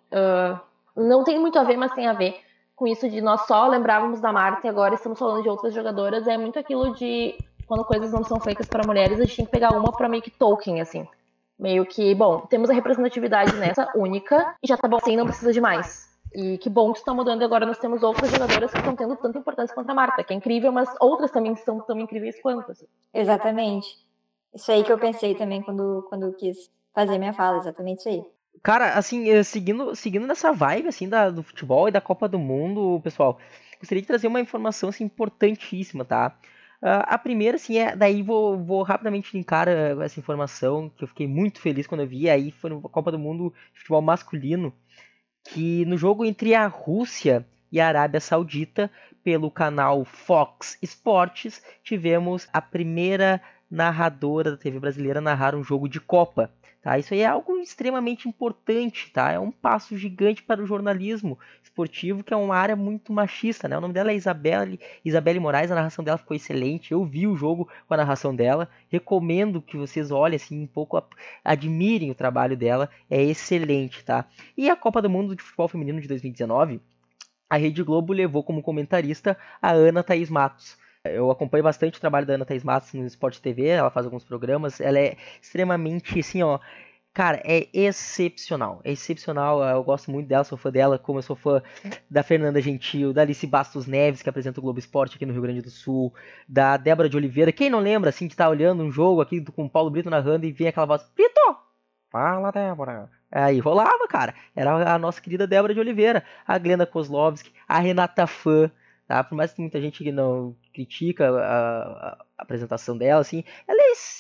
Não tem muito a ver, mas tem a ver com isso de nós só lembrávamos da Marta e agora estamos falando de outras jogadoras. É muito aquilo de quando coisas não são feitas para mulheres, a gente tem que pegar uma para meio que Tolkien, assim. Meio que, bom, temos a representatividade nessa única e já tá bom assim, não precisa de mais. E que bom que isso tá mudando e agora nós temos outras jogadoras que estão tendo tanta importância quanto a Marta, que é incrível, mas outras também são tão incríveis quanto. Assim. Exatamente. Isso aí que eu pensei também quando eu quis fazer minha fala, exatamente isso aí. Cara, assim, seguindo nessa vibe, assim, do futebol e da Copa do Mundo, pessoal, gostaria de trazer uma informação, assim, importantíssima, tá? A primeira, assim, daí vou rapidamente linkar essa informação, que eu fiquei muito feliz quando eu vi, aí foi na Copa do Mundo de futebol masculino, que no jogo entre a Rússia e a Arábia Saudita, pelo canal Fox Sports, tivemos a primeira narradora da TV brasileira narrar um jogo de Copa. Tá? Isso aí é algo extremamente importante, tá? É um passo gigante para o jornalismo esportivo, que é uma área muito machista, né? O nome dela é Isabelle Moraes, a narração dela ficou excelente. Eu vi o jogo com a narração dela, recomendo que vocês olhem assim um pouco, admirem o trabalho dela, é excelente, tá? E a Copa do Mundo de Futebol Feminino de 2019, a Rede Globo levou como comentarista a Ana Thaís Matos. Eu acompanho bastante o trabalho da Ana Thaís Matos no Sport TV, ela faz alguns programas, ela é extremamente, assim, ó, cara, é excepcional, eu gosto muito dela, sou fã dela, como eu sou fã da Fernanda Gentil, da Alice Bastos Neves, que apresenta o Globo Esporte aqui no Rio Grande do Sul, da Débora de Oliveira, quem não lembra, assim, de estar olhando um jogo aqui com o Paulo Brito narrando e vem aquela voz, Brito! Fala, Débora! Aí rolava, cara, era a nossa querida Débora de Oliveira, a Glenda Kozlovski, a Renata Fã, tá? Por mais que muita gente não critica a apresentação dela, assim, ela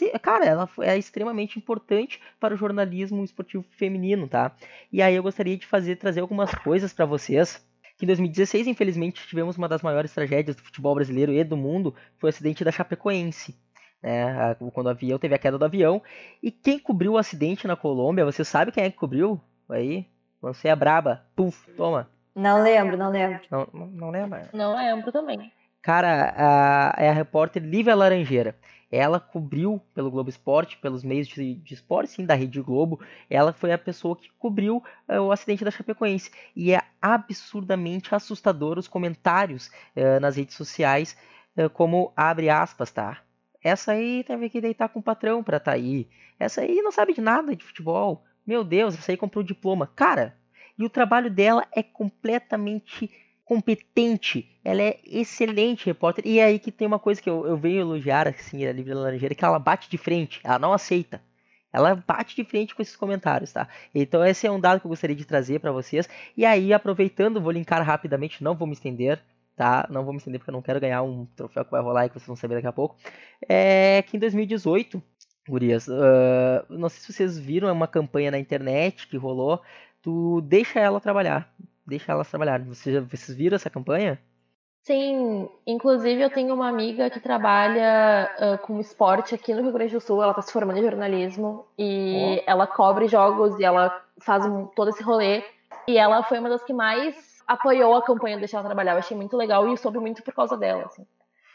é extremamente importante para o jornalismo esportivo feminino, tá? E aí eu gostaria de trazer algumas coisas para vocês. Que em 2016, infelizmente, tivemos uma das maiores tragédias do futebol brasileiro e do mundo, foi o acidente da Chapecoense. Né? Quando o avião teve a queda do avião. E quem cobriu o acidente na Colômbia, você sabe quem é que cobriu? Aí, você é braba. Puf, toma. Não lembro. Não lembra? Não lembro também. Cara, é a repórter Lívia Laranjeira. Ela cobriu pelo Globo Esporte, pelos meios de esporte, sim, da Rede Globo. Ela foi a pessoa que cobriu o acidente da Chapecoense. E é absurdamente assustador os comentários nas redes sociais, como abre aspas, tá? Essa aí teve que deitar com o patrão pra tá aí. Essa aí não sabe de nada de futebol. Meu Deus, essa aí comprou o diploma. Cara, e o trabalho dela é completamente competente. Ela é excelente repórter. E é aí que tem uma coisa que eu venho elogiar, assim, a Lívia Laranjeira, que ela bate de frente. Ela não aceita. Ela bate de frente com esses comentários, tá? Então esse é um dado que eu gostaria de trazer para vocês. E aí, aproveitando, vou linkar rapidamente, não vou me estender, tá? Não vou me estender porque eu não quero ganhar um troféu que vai rolar e que vocês vão saber daqui a pouco. É que em 2018, gurias, não sei se vocês viram, é uma campanha na internet que rolou, tu deixa ela trabalhar. Deixa elas trabalhar. Vocês viram essa campanha? Sim, inclusive eu tenho uma amiga que trabalha com esporte aqui no Rio Grande do Sul, ela está se formando em jornalismo e ela cobre jogos e ela faz todo esse rolê e ela foi uma das que mais apoiou a campanha de deixar ela trabalhar, eu achei muito legal e eu soube muito por causa dela, assim.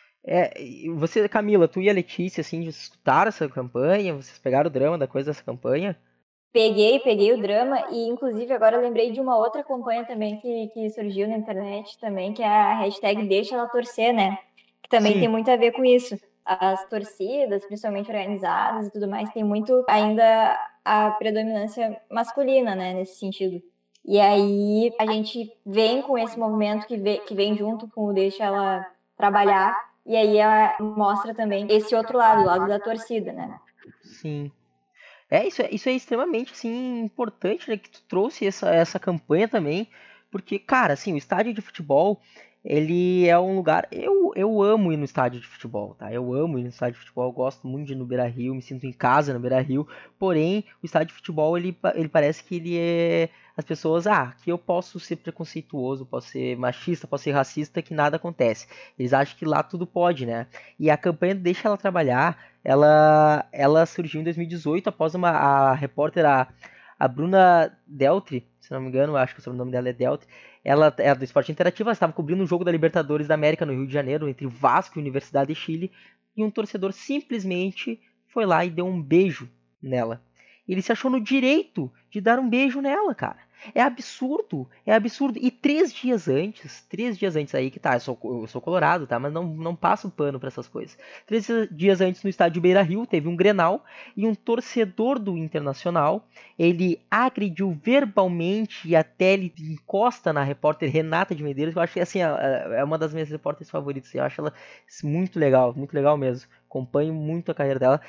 Você, Camila, tu e a Letícia, assim, escutaram essa campanha? Vocês pegaram o drama da coisa dessa campanha? Peguei o drama e, inclusive, agora eu lembrei de uma outra campanha também que surgiu na internet também, que é a hashtag Deixa Ela Torcer, né? Que também Sim. tem muito a ver com isso. As torcidas, principalmente organizadas e tudo mais, tem muito ainda a predominância masculina, né, nesse sentido. E aí a gente vem com esse movimento que vem junto com o Deixa Ela Trabalhar E aí ela mostra também esse outro lado, o lado da torcida, né? Sim. Isso é extremamente, assim, importante, né, que tu trouxe essa campanha também, porque, cara, assim, o estádio de futebol, ele é um lugar... Eu amo ir no estádio de futebol, tá? Eu amo ir no estádio de futebol, eu gosto muito de ir no Beira-Rio, me sinto em casa no Beira-Rio, porém, o estádio de futebol, ele parece que ele é... As pessoas, aqui eu posso ser preconceituoso, posso ser machista, posso ser racista, que nada acontece. Eles acham que lá tudo pode, né? E a campanha Deixa Ela Trabalhar, ela surgiu em 2018 após a repórter, a Bruna Deltri, se não me engano, acho que o sobrenome dela é Deltri, ela é do Esporte Interativo, ela estava cobrindo um jogo da Libertadores da América no Rio de Janeiro, entre Vasco e Universidade de Chile, e um torcedor simplesmente foi lá e deu um beijo nela. Ele se achou no direito de dar um beijo nela, cara. É absurdo, é absurdo. E 3 dias antes aí, que tá, eu sou colorado, tá, mas não passo pano pra essas coisas. 3 dias antes no estádio Beira-Rio, teve um Grenal, e um torcedor do Internacional, ele agrediu verbalmente e até ele encosta na repórter Renata de Medeiros, que eu acho que, assim, é uma das minhas repórteres favoritas, eu acho ela muito legal mesmo, acompanho muito a carreira dela.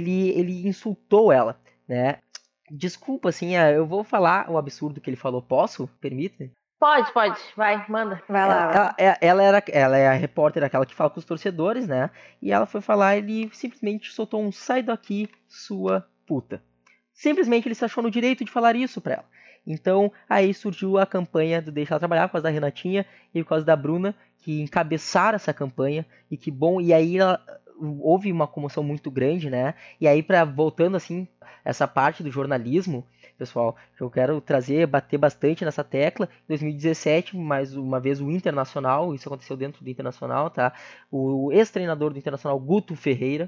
Ele insultou ela, né? Desculpa, assim, eu vou falar o absurdo que ele falou. Posso? Permite? Pode, vai, manda. Vai lá. Ela é a repórter, aquela que fala com os torcedores, né? E ela foi falar, ele simplesmente soltou um sai daqui, sua puta. Simplesmente ele se achou no direito de falar isso pra ela. Então, aí surgiu a campanha do Deixa Ela Trabalhar, por causa da Renatinha e por causa da Bruna, que encabeçaram essa campanha. E que bom, e aí houve uma comoção muito grande, né? E aí, voltando assim, essa parte do jornalismo, pessoal, eu quero bater bastante nessa tecla. Em 2017, mais uma vez, o Internacional, isso aconteceu dentro do Internacional, tá? O ex-treinador do Internacional, Guto Ferreira,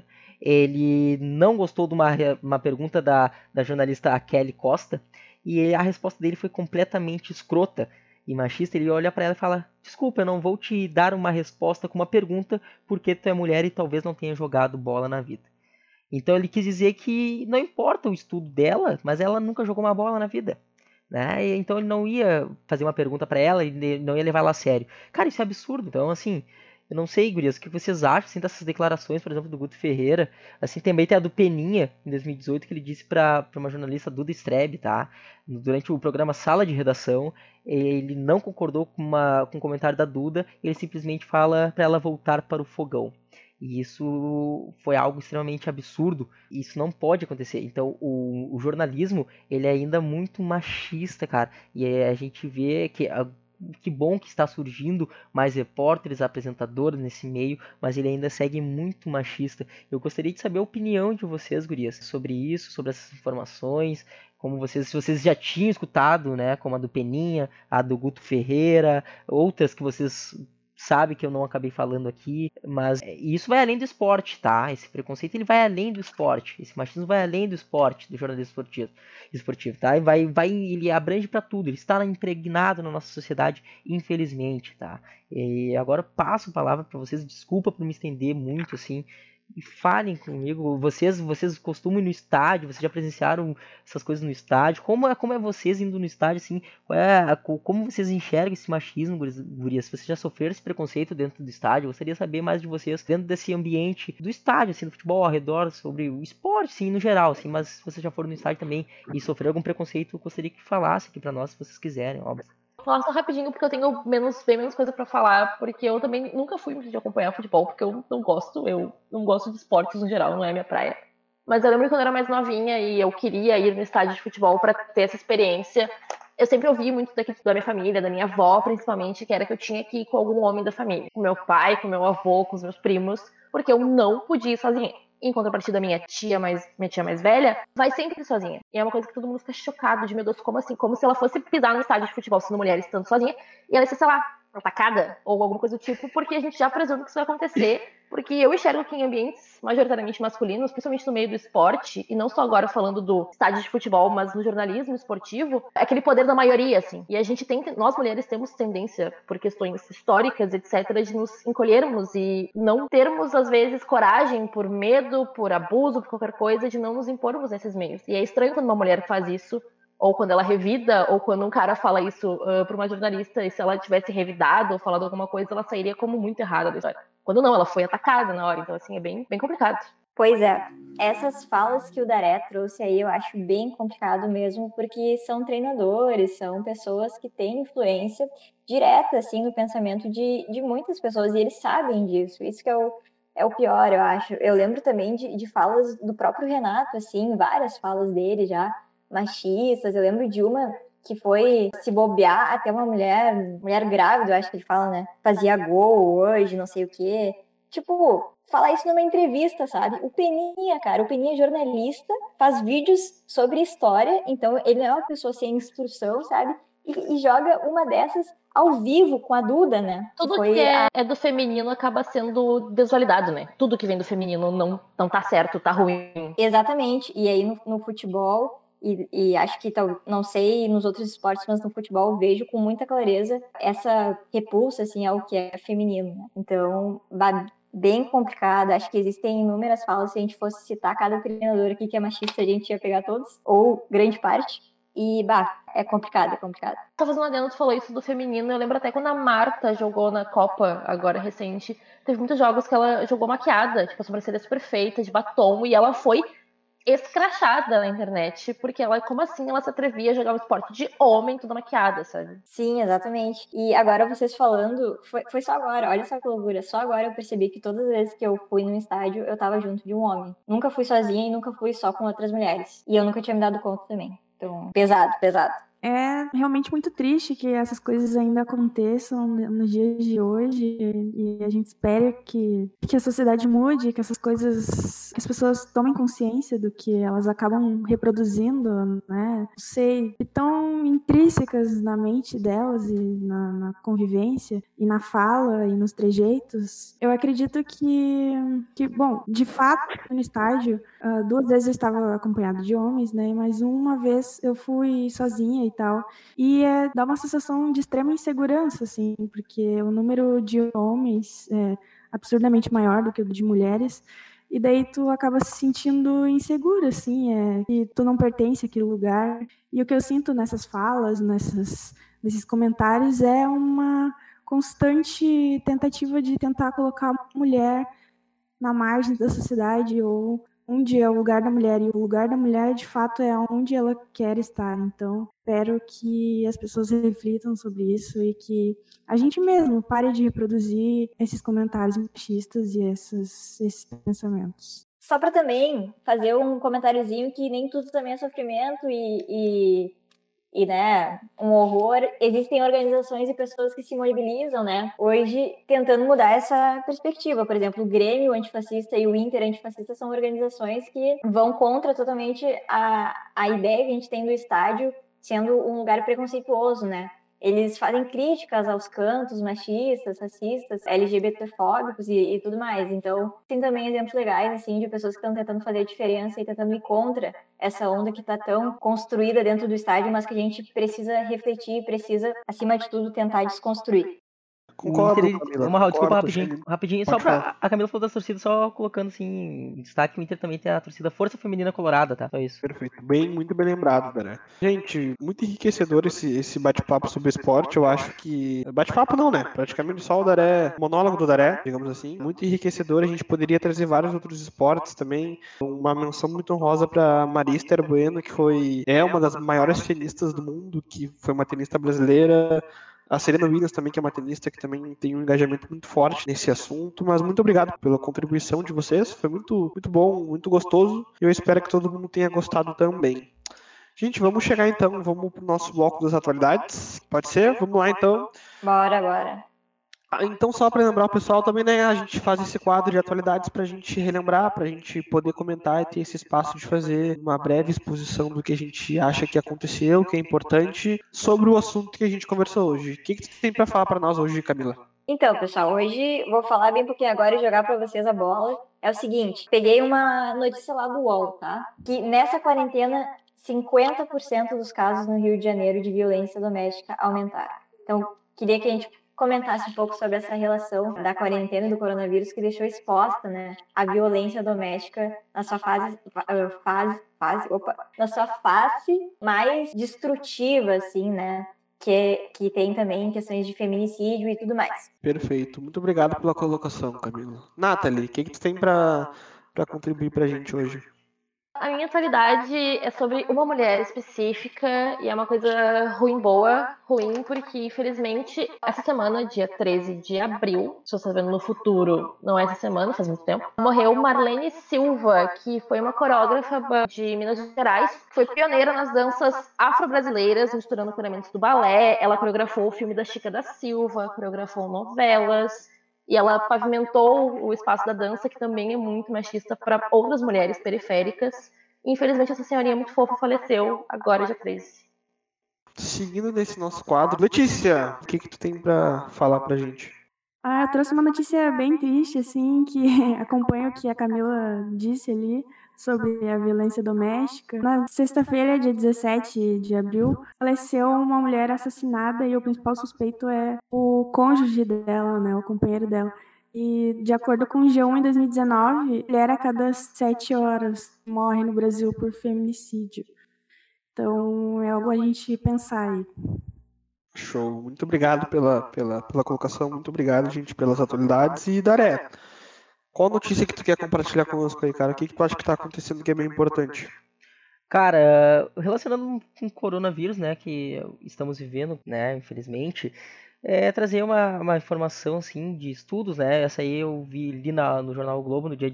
ele não gostou de uma pergunta da jornalista Kelly Costa, e a resposta dele foi completamente escrota e machista. Ele olha para ela e fala: desculpa, eu não vou te dar uma resposta com uma pergunta porque tu é mulher e talvez não tenha jogado bola na vida. Então ele quis dizer que não importa o estudo dela, mas ela nunca jogou uma bola na vida, né? Então ele não ia fazer uma pergunta para ela, ele não ia levar ela a sério. Cara, isso é absurdo. Então, assim, eu não sei, gurias, o que vocês acham assim, dessas declarações, por exemplo, do Guto Ferreira. Assim, também tem a do Peninha, em 2018, que ele disse para uma jornalista, Duda Strebe, tá? Durante o programa Sala de Redação, ele não concordou com um comentário da Duda, ele simplesmente fala para ela voltar para o fogão. E isso foi algo extremamente absurdo. Isso não pode acontecer. Então, o jornalismo, ele é ainda muito machista, cara. E a gente vê que bom que está surgindo mais repórteres, apresentadores nesse meio, mas ele ainda segue muito machista. Eu gostaria de saber a opinião de vocês, gurias, sobre isso, sobre essas informações, se vocês já tinham escutado, né, como a do Peninha, a do Guto Ferreira, outras que vocês sabem que eu não acabei falando aqui, mas isso vai além do esporte, tá? Esse preconceito, ele vai além do esporte, esse machismo vai além do esporte, do jornalismo esportivo, tá? Ele abrange para tudo, ele está impregnado na nossa sociedade, infelizmente, tá? E agora eu passo a palavra para vocês, desculpa por me estender muito, assim, e falem comigo. Vocês costumam ir no estádio? Vocês já presenciaram essas coisas no estádio? Como é vocês indo no estádio, assim? Como vocês enxergam esse machismo, gurias? Vocês já sofreram esse preconceito dentro do estádio? Eu gostaria de saber mais de vocês dentro desse ambiente do estádio, assim, do futebol ao redor, sobre o esporte, sim, no geral, assim. Mas se vocês já foram no estádio também e sofreram algum preconceito, eu gostaria que falasse aqui pra nós, se vocês quiserem, óbvio. Falar só rapidinho, porque eu tenho bem menos coisa pra falar, porque eu também nunca fui muito de acompanhar futebol, porque eu não gosto de esportes no geral, não é minha praia. Mas eu lembro quando eu era mais novinha e eu queria ir no estádio de futebol pra ter essa experiência. Eu sempre ouvi muito daqui da minha família, da minha avó principalmente, que era que eu tinha que ir com algum homem da família. Com meu pai, com meu avô, com os meus primos, porque eu não podia ir sozinha. Em contrapartida, minha tia mais velha vai sempre sozinha. E é uma coisa que todo mundo fica chocado de, meu Deus, como assim? Como se ela fosse pisar no estádio de futebol sendo mulher estando sozinha e ela ia ser, sei lá, atacada ou alguma coisa do tipo, porque a gente já presume que isso vai acontecer. Porque eu enxergo que em ambientes majoritariamente masculinos, principalmente no meio do esporte, e não só agora falando do estádio de futebol, mas no jornalismo esportivo, é aquele poder da maioria, assim. E a gente nós mulheres temos tendência, por questões históricas, etc., de nos encolhermos e não termos, às vezes, coragem por medo, por abuso, por qualquer coisa, de não nos impormos nesses meios. E é estranho quando uma mulher faz isso, ou quando ela revida, ou quando um cara fala isso pra uma jornalista, e se ela tivesse revidado ou falado alguma coisa, ela sairia como muito errada da história. Quando não, ela foi atacada na hora. Então, assim, é bem, bem complicado. Pois é, essas falas que o Daré trouxe aí eu acho bem complicado mesmo, porque são treinadores, são pessoas que têm influência direta, assim, no pensamento de muitas pessoas, e eles sabem disso, isso que é o pior, eu acho. Eu lembro também de falas do próprio Renato, assim, várias falas dele já, machistas, eu lembro de uma que foi se bobear até uma mulher grávida, eu acho que ele fala, né, fazia gol hoje, não sei o quê, tipo, falar isso numa entrevista, sabe? O Peninha, cara, o Peninha é jornalista, faz vídeos sobre história, então ele não é uma pessoa sem instrução, sabe? E joga uma dessas ao vivo com a Duda, né? Tudo que é do feminino acaba sendo desvalidado, né? Tudo que vem do feminino não tá certo, tá ruim. Exatamente. E aí no futebol, e acho que, não sei nos outros esportes, mas no futebol eu vejo com muita clareza essa repulsa, assim, ao que é feminino, né? Então, bem complicado. Acho que existem inúmeras falas. Se a gente fosse citar cada treinador aqui que é machista, a gente ia pegar todos, ou grande parte. E, é complicado, é complicado. Só fazendo um adendo, tu falou isso do feminino. Eu lembro até quando a Marta jogou na Copa, agora recente, teve muitos jogos que ela jogou maquiada, tipo, a sobrancelha super feita, de batom, e ela foi escrachada na internet, porque ela, como assim, ela se atrevia a jogar um esporte de homem toda maquiada, sabe? Sim, exatamente. E agora vocês falando, foi só agora, olha só que loucura, só agora eu percebi que todas as vezes que eu fui num estádio, eu tava junto de um homem. Nunca fui sozinha e nunca fui só com outras mulheres. E eu nunca tinha me dado conta também. Então, pesado. É realmente muito triste que essas coisas ainda aconteçam nos dias de hoje e a gente espera que a sociedade mude, que essas coisas, que as pessoas tomem consciência do que elas acabam reproduzindo, né? Não sei, que estão intrínsecas na mente delas e na convivência e na fala e nos trejeitos. Eu acredito que bom, de fato, no estádio, 2 vezes eu estava acompanhado de homens, né? Mas uma vez eu fui sozinha e tal. E dá uma sensação de extrema insegurança, assim, porque o número de homens é absurdamente maior do que o de mulheres. E daí tu acaba se sentindo insegura, assim, que tu não pertence àquele lugar. E o que eu sinto nessas falas, nesses comentários, é uma constante tentativa de tentar colocar a mulher na margem da sociedade ou onde é o lugar da mulher, e o lugar da mulher de fato é onde ela quer estar. Então, espero que as pessoas reflitam sobre isso e que a gente mesmo pare de reproduzir esses comentários machistas e esses pensamentos. Só para também fazer um comentáriozinho que nem tudo também é sofrimento e né, um horror. Existem organizações e pessoas que se mobilizam, né, hoje tentando mudar essa perspectiva. Por exemplo, o Grêmio Antifascista e o Inter Antifascista são organizações que vão contra totalmente a ideia que a gente tem do estádio sendo um lugar preconceituoso, né? Eles fazem críticas aos cantos machistas, racistas, LGBTfóbicos e tudo mais. Então, tem também exemplos legais, assim, de pessoas que estão tentando fazer a diferença e tentando ir contra essa onda que está tão construída dentro do estádio, mas que a gente precisa refletir, precisa, acima de tudo, tentar desconstruir. Concordo, Camila. Uma desculpa, Concordo, rapidinho, Pode só pra. falar. A Camila falou das torcidas, só colocando assim, em destaque, o Inter também tem a torcida Força Feminina Colorada, tá? Só isso. Perfeito. Muito bem lembrado, Daré. Gente, muito enriquecedor esse bate-papo sobre esporte. Eu acho que. Bate-papo não, né? Praticamente só o Daré, monólogo do Daré, digamos assim. Muito enriquecedor. A gente poderia trazer vários outros esportes também. Uma menção muito honrosa para Maria Esther Bueno, que é uma das maiores tenistas do mundo, que foi uma tenista brasileira. A Serena Williams também, que é uma tenista que também tem um engajamento muito forte nesse assunto, mas muito obrigado pela contribuição de vocês, foi muito, muito bom, muito gostoso, e eu espero que todo mundo tenha gostado também. Gente, vamos chegar então, vamos pro nosso bloco das atualidades, pode ser? Vamos lá então. Bora. Então, só para lembrar o pessoal também, né, a gente faz esse quadro de atualidades para a gente relembrar, para a gente poder comentar e ter esse espaço de fazer uma breve exposição do que a gente acha que aconteceu, que é importante, sobre o assunto que a gente conversou hoje. O que você tem para falar para nós hoje, Camila? Então, pessoal, hoje vou falar bem um pouquinho agora e jogar para vocês a bola. É o seguinte, peguei uma notícia lá do UOL, tá? Que nessa quarentena, 50% dos casos no Rio de Janeiro de violência doméstica aumentaram. Então, queria que a gente comentasse um pouco sobre essa relação da quarentena e do coronavírus que deixou exposta, né, a violência doméstica na sua na sua face mais destrutiva, assim, né? que tem também questões de feminicídio e tudo mais. Perfeito. Muito obrigado pela colocação, Camila. Nathalie, o que tu tem pra contribuir pra gente hoje? A minha atualidade é sobre uma mulher específica e é uma coisa ruim, porque infelizmente essa semana, dia 13 de abril, se você está vendo no futuro, não é essa semana, faz muito tempo, morreu Marlene Silva, que foi uma coreógrafa de Minas Gerais, foi pioneira nas danças afro-brasileiras, misturando com elementos do balé. Ela coreografou o filme da Chica da Silva, coreografou novelas. E ela pavimentou o espaço da dança, que também é muito machista, para outras mulheres periféricas. E, infelizmente, essa senhorinha muito fofa faleceu agora, dia 13. Seguindo nesse nosso quadro, Letícia, o que tu tem pra falar pra gente? Eu trouxe uma notícia bem triste, assim, que acompanha o que a Camila disse ali sobre a violência doméstica. Na sexta-feira, dia 17 de abril, faleceu uma mulher assassinada e o principal suspeito é o cônjuge dela, né, o companheiro dela. E, de acordo com o G1, em 2019, mulher a cada 7 horas morre no Brasil por feminicídio. Então, é algo a gente pensar aí. Show. Muito obrigado pela colocação. Muito obrigado, gente, pelas atualidades. E, Daré, qual notícia que tu quer compartilhar conosco aí, cara? O que tu acha que tá acontecendo que é bem importante? Cara, relacionando com o coronavírus, né, que estamos vivendo, né, infelizmente, trazer uma informação, assim, de estudos, né, essa aí eu li no Jornal o Globo, no dia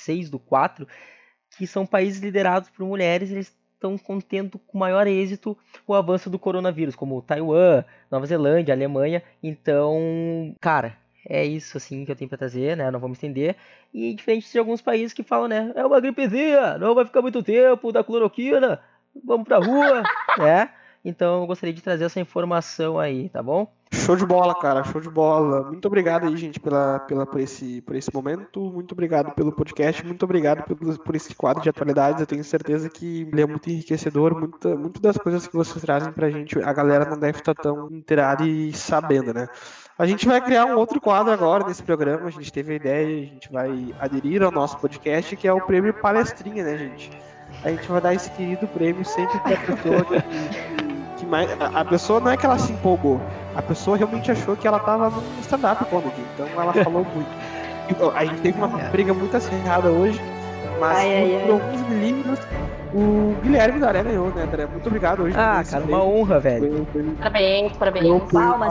16/4, que são países liderados por mulheres, eles estão contendo com maior êxito o avanço do coronavírus, como Taiwan, Nova Zelândia, Alemanha. Então, cara, é isso assim que eu tenho para trazer, né? Não vou me estender. E diferente de alguns países que falam, né? É uma gripezinha, não vai ficar muito tempo, da cloroquina, vamos pra rua, né? Então eu gostaria de trazer essa informação aí, tá bom? Show de bola, cara, show de bola. Muito obrigado aí, gente, por esse momento. Muito obrigado pelo podcast, muito obrigado por esse quadro de atualidades. Eu tenho certeza que ele é muito enriquecedor. Muito das coisas que vocês trazem pra gente, a galera não deve estar tão inteirada e sabendo, né? A gente vai criar um outro quadro agora nesse programa. A gente teve a ideia, a gente vai aderir ao nosso podcast, que é o prêmio Palestrinha, né, gente? A gente vai dar esse querido prêmio sempre pra pessoa que mais. A pessoa não é que ela se empolgou, a pessoa realmente achou que ela tava num stand-up comedy, então ela falou muito. A gente teve uma briga muito acirrada hoje, mas por alguns milímetros o Guilherme Daré ganhou, né, Daré? Muito obrigado hoje. Cara, uma honra, velho. Parabéns. Palmas.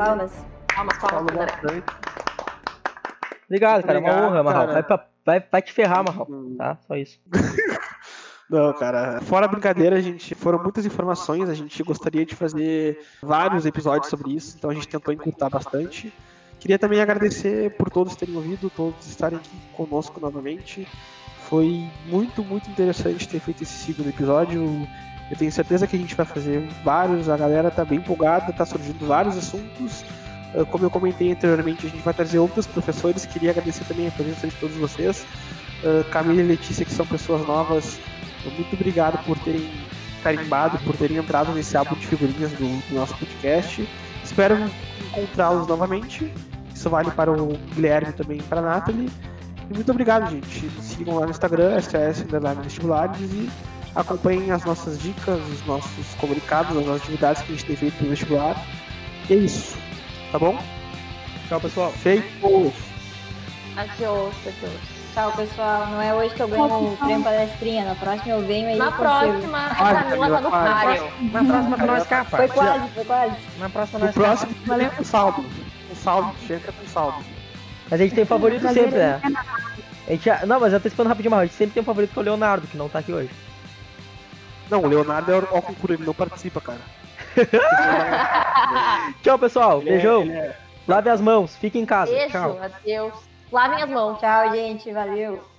Daré. Obrigado, cara, uma honra, Marral. Vai te ferrar, Marral, tá? Só isso. Não, cara, fora a brincadeira, foram muitas informações, a gente gostaria de fazer vários episódios sobre isso, então a gente tentou encurtar bastante. Queria também agradecer por todos terem ouvido, todos estarem aqui conosco novamente. Foi muito, muito interessante ter feito esse segundo episódio. Eu tenho certeza que a gente vai fazer vários, a galera tá bem empolgada, tá surgindo vários assuntos. Como eu comentei anteriormente, a gente vai trazer outros professores. Queria agradecer também a presença de todos vocês. Camila e Letícia, que são pessoas novas, muito obrigado por terem carimbado, por terem entrado nesse álbum de figurinhas do nosso podcast. Espero encontrá-los novamente. Isso vale para o Guilherme também e para a Nathalie. E muito obrigado, gente. Nos sigam lá no Instagram, SOS_vestibulares, e acompanhem as nossas dicas, os nossos comunicados, as nossas atividades que a gente tem feito no vestibular. E é isso. Tá bom? Tchau, pessoal. Feito! Adiós. Tchau, pessoal. Não é hoje que eu ganho o prêmio Palestrinha. Na próxima eu venho aí. Na próxima, a Camila tá no páreo. Na próxima nós capa. Foi quase. Na próxima No nós próximo, capa. valeu com saldo. Com saldo, chega com saldo. Mas a gente tem favorito sempre, né? Não, mas eu tô esperando rapidinho, mas a gente sempre tem um favorito que é o Leonardo, que não tá aqui hoje. Não, o Leonardo é o concurso, ele não participa, cara. Tchau, pessoal. Beijão. Lave as mãos. Fique em casa. Beijo, Tchau. adeus. Lavem as mãos. Tchau, gente. Valeu.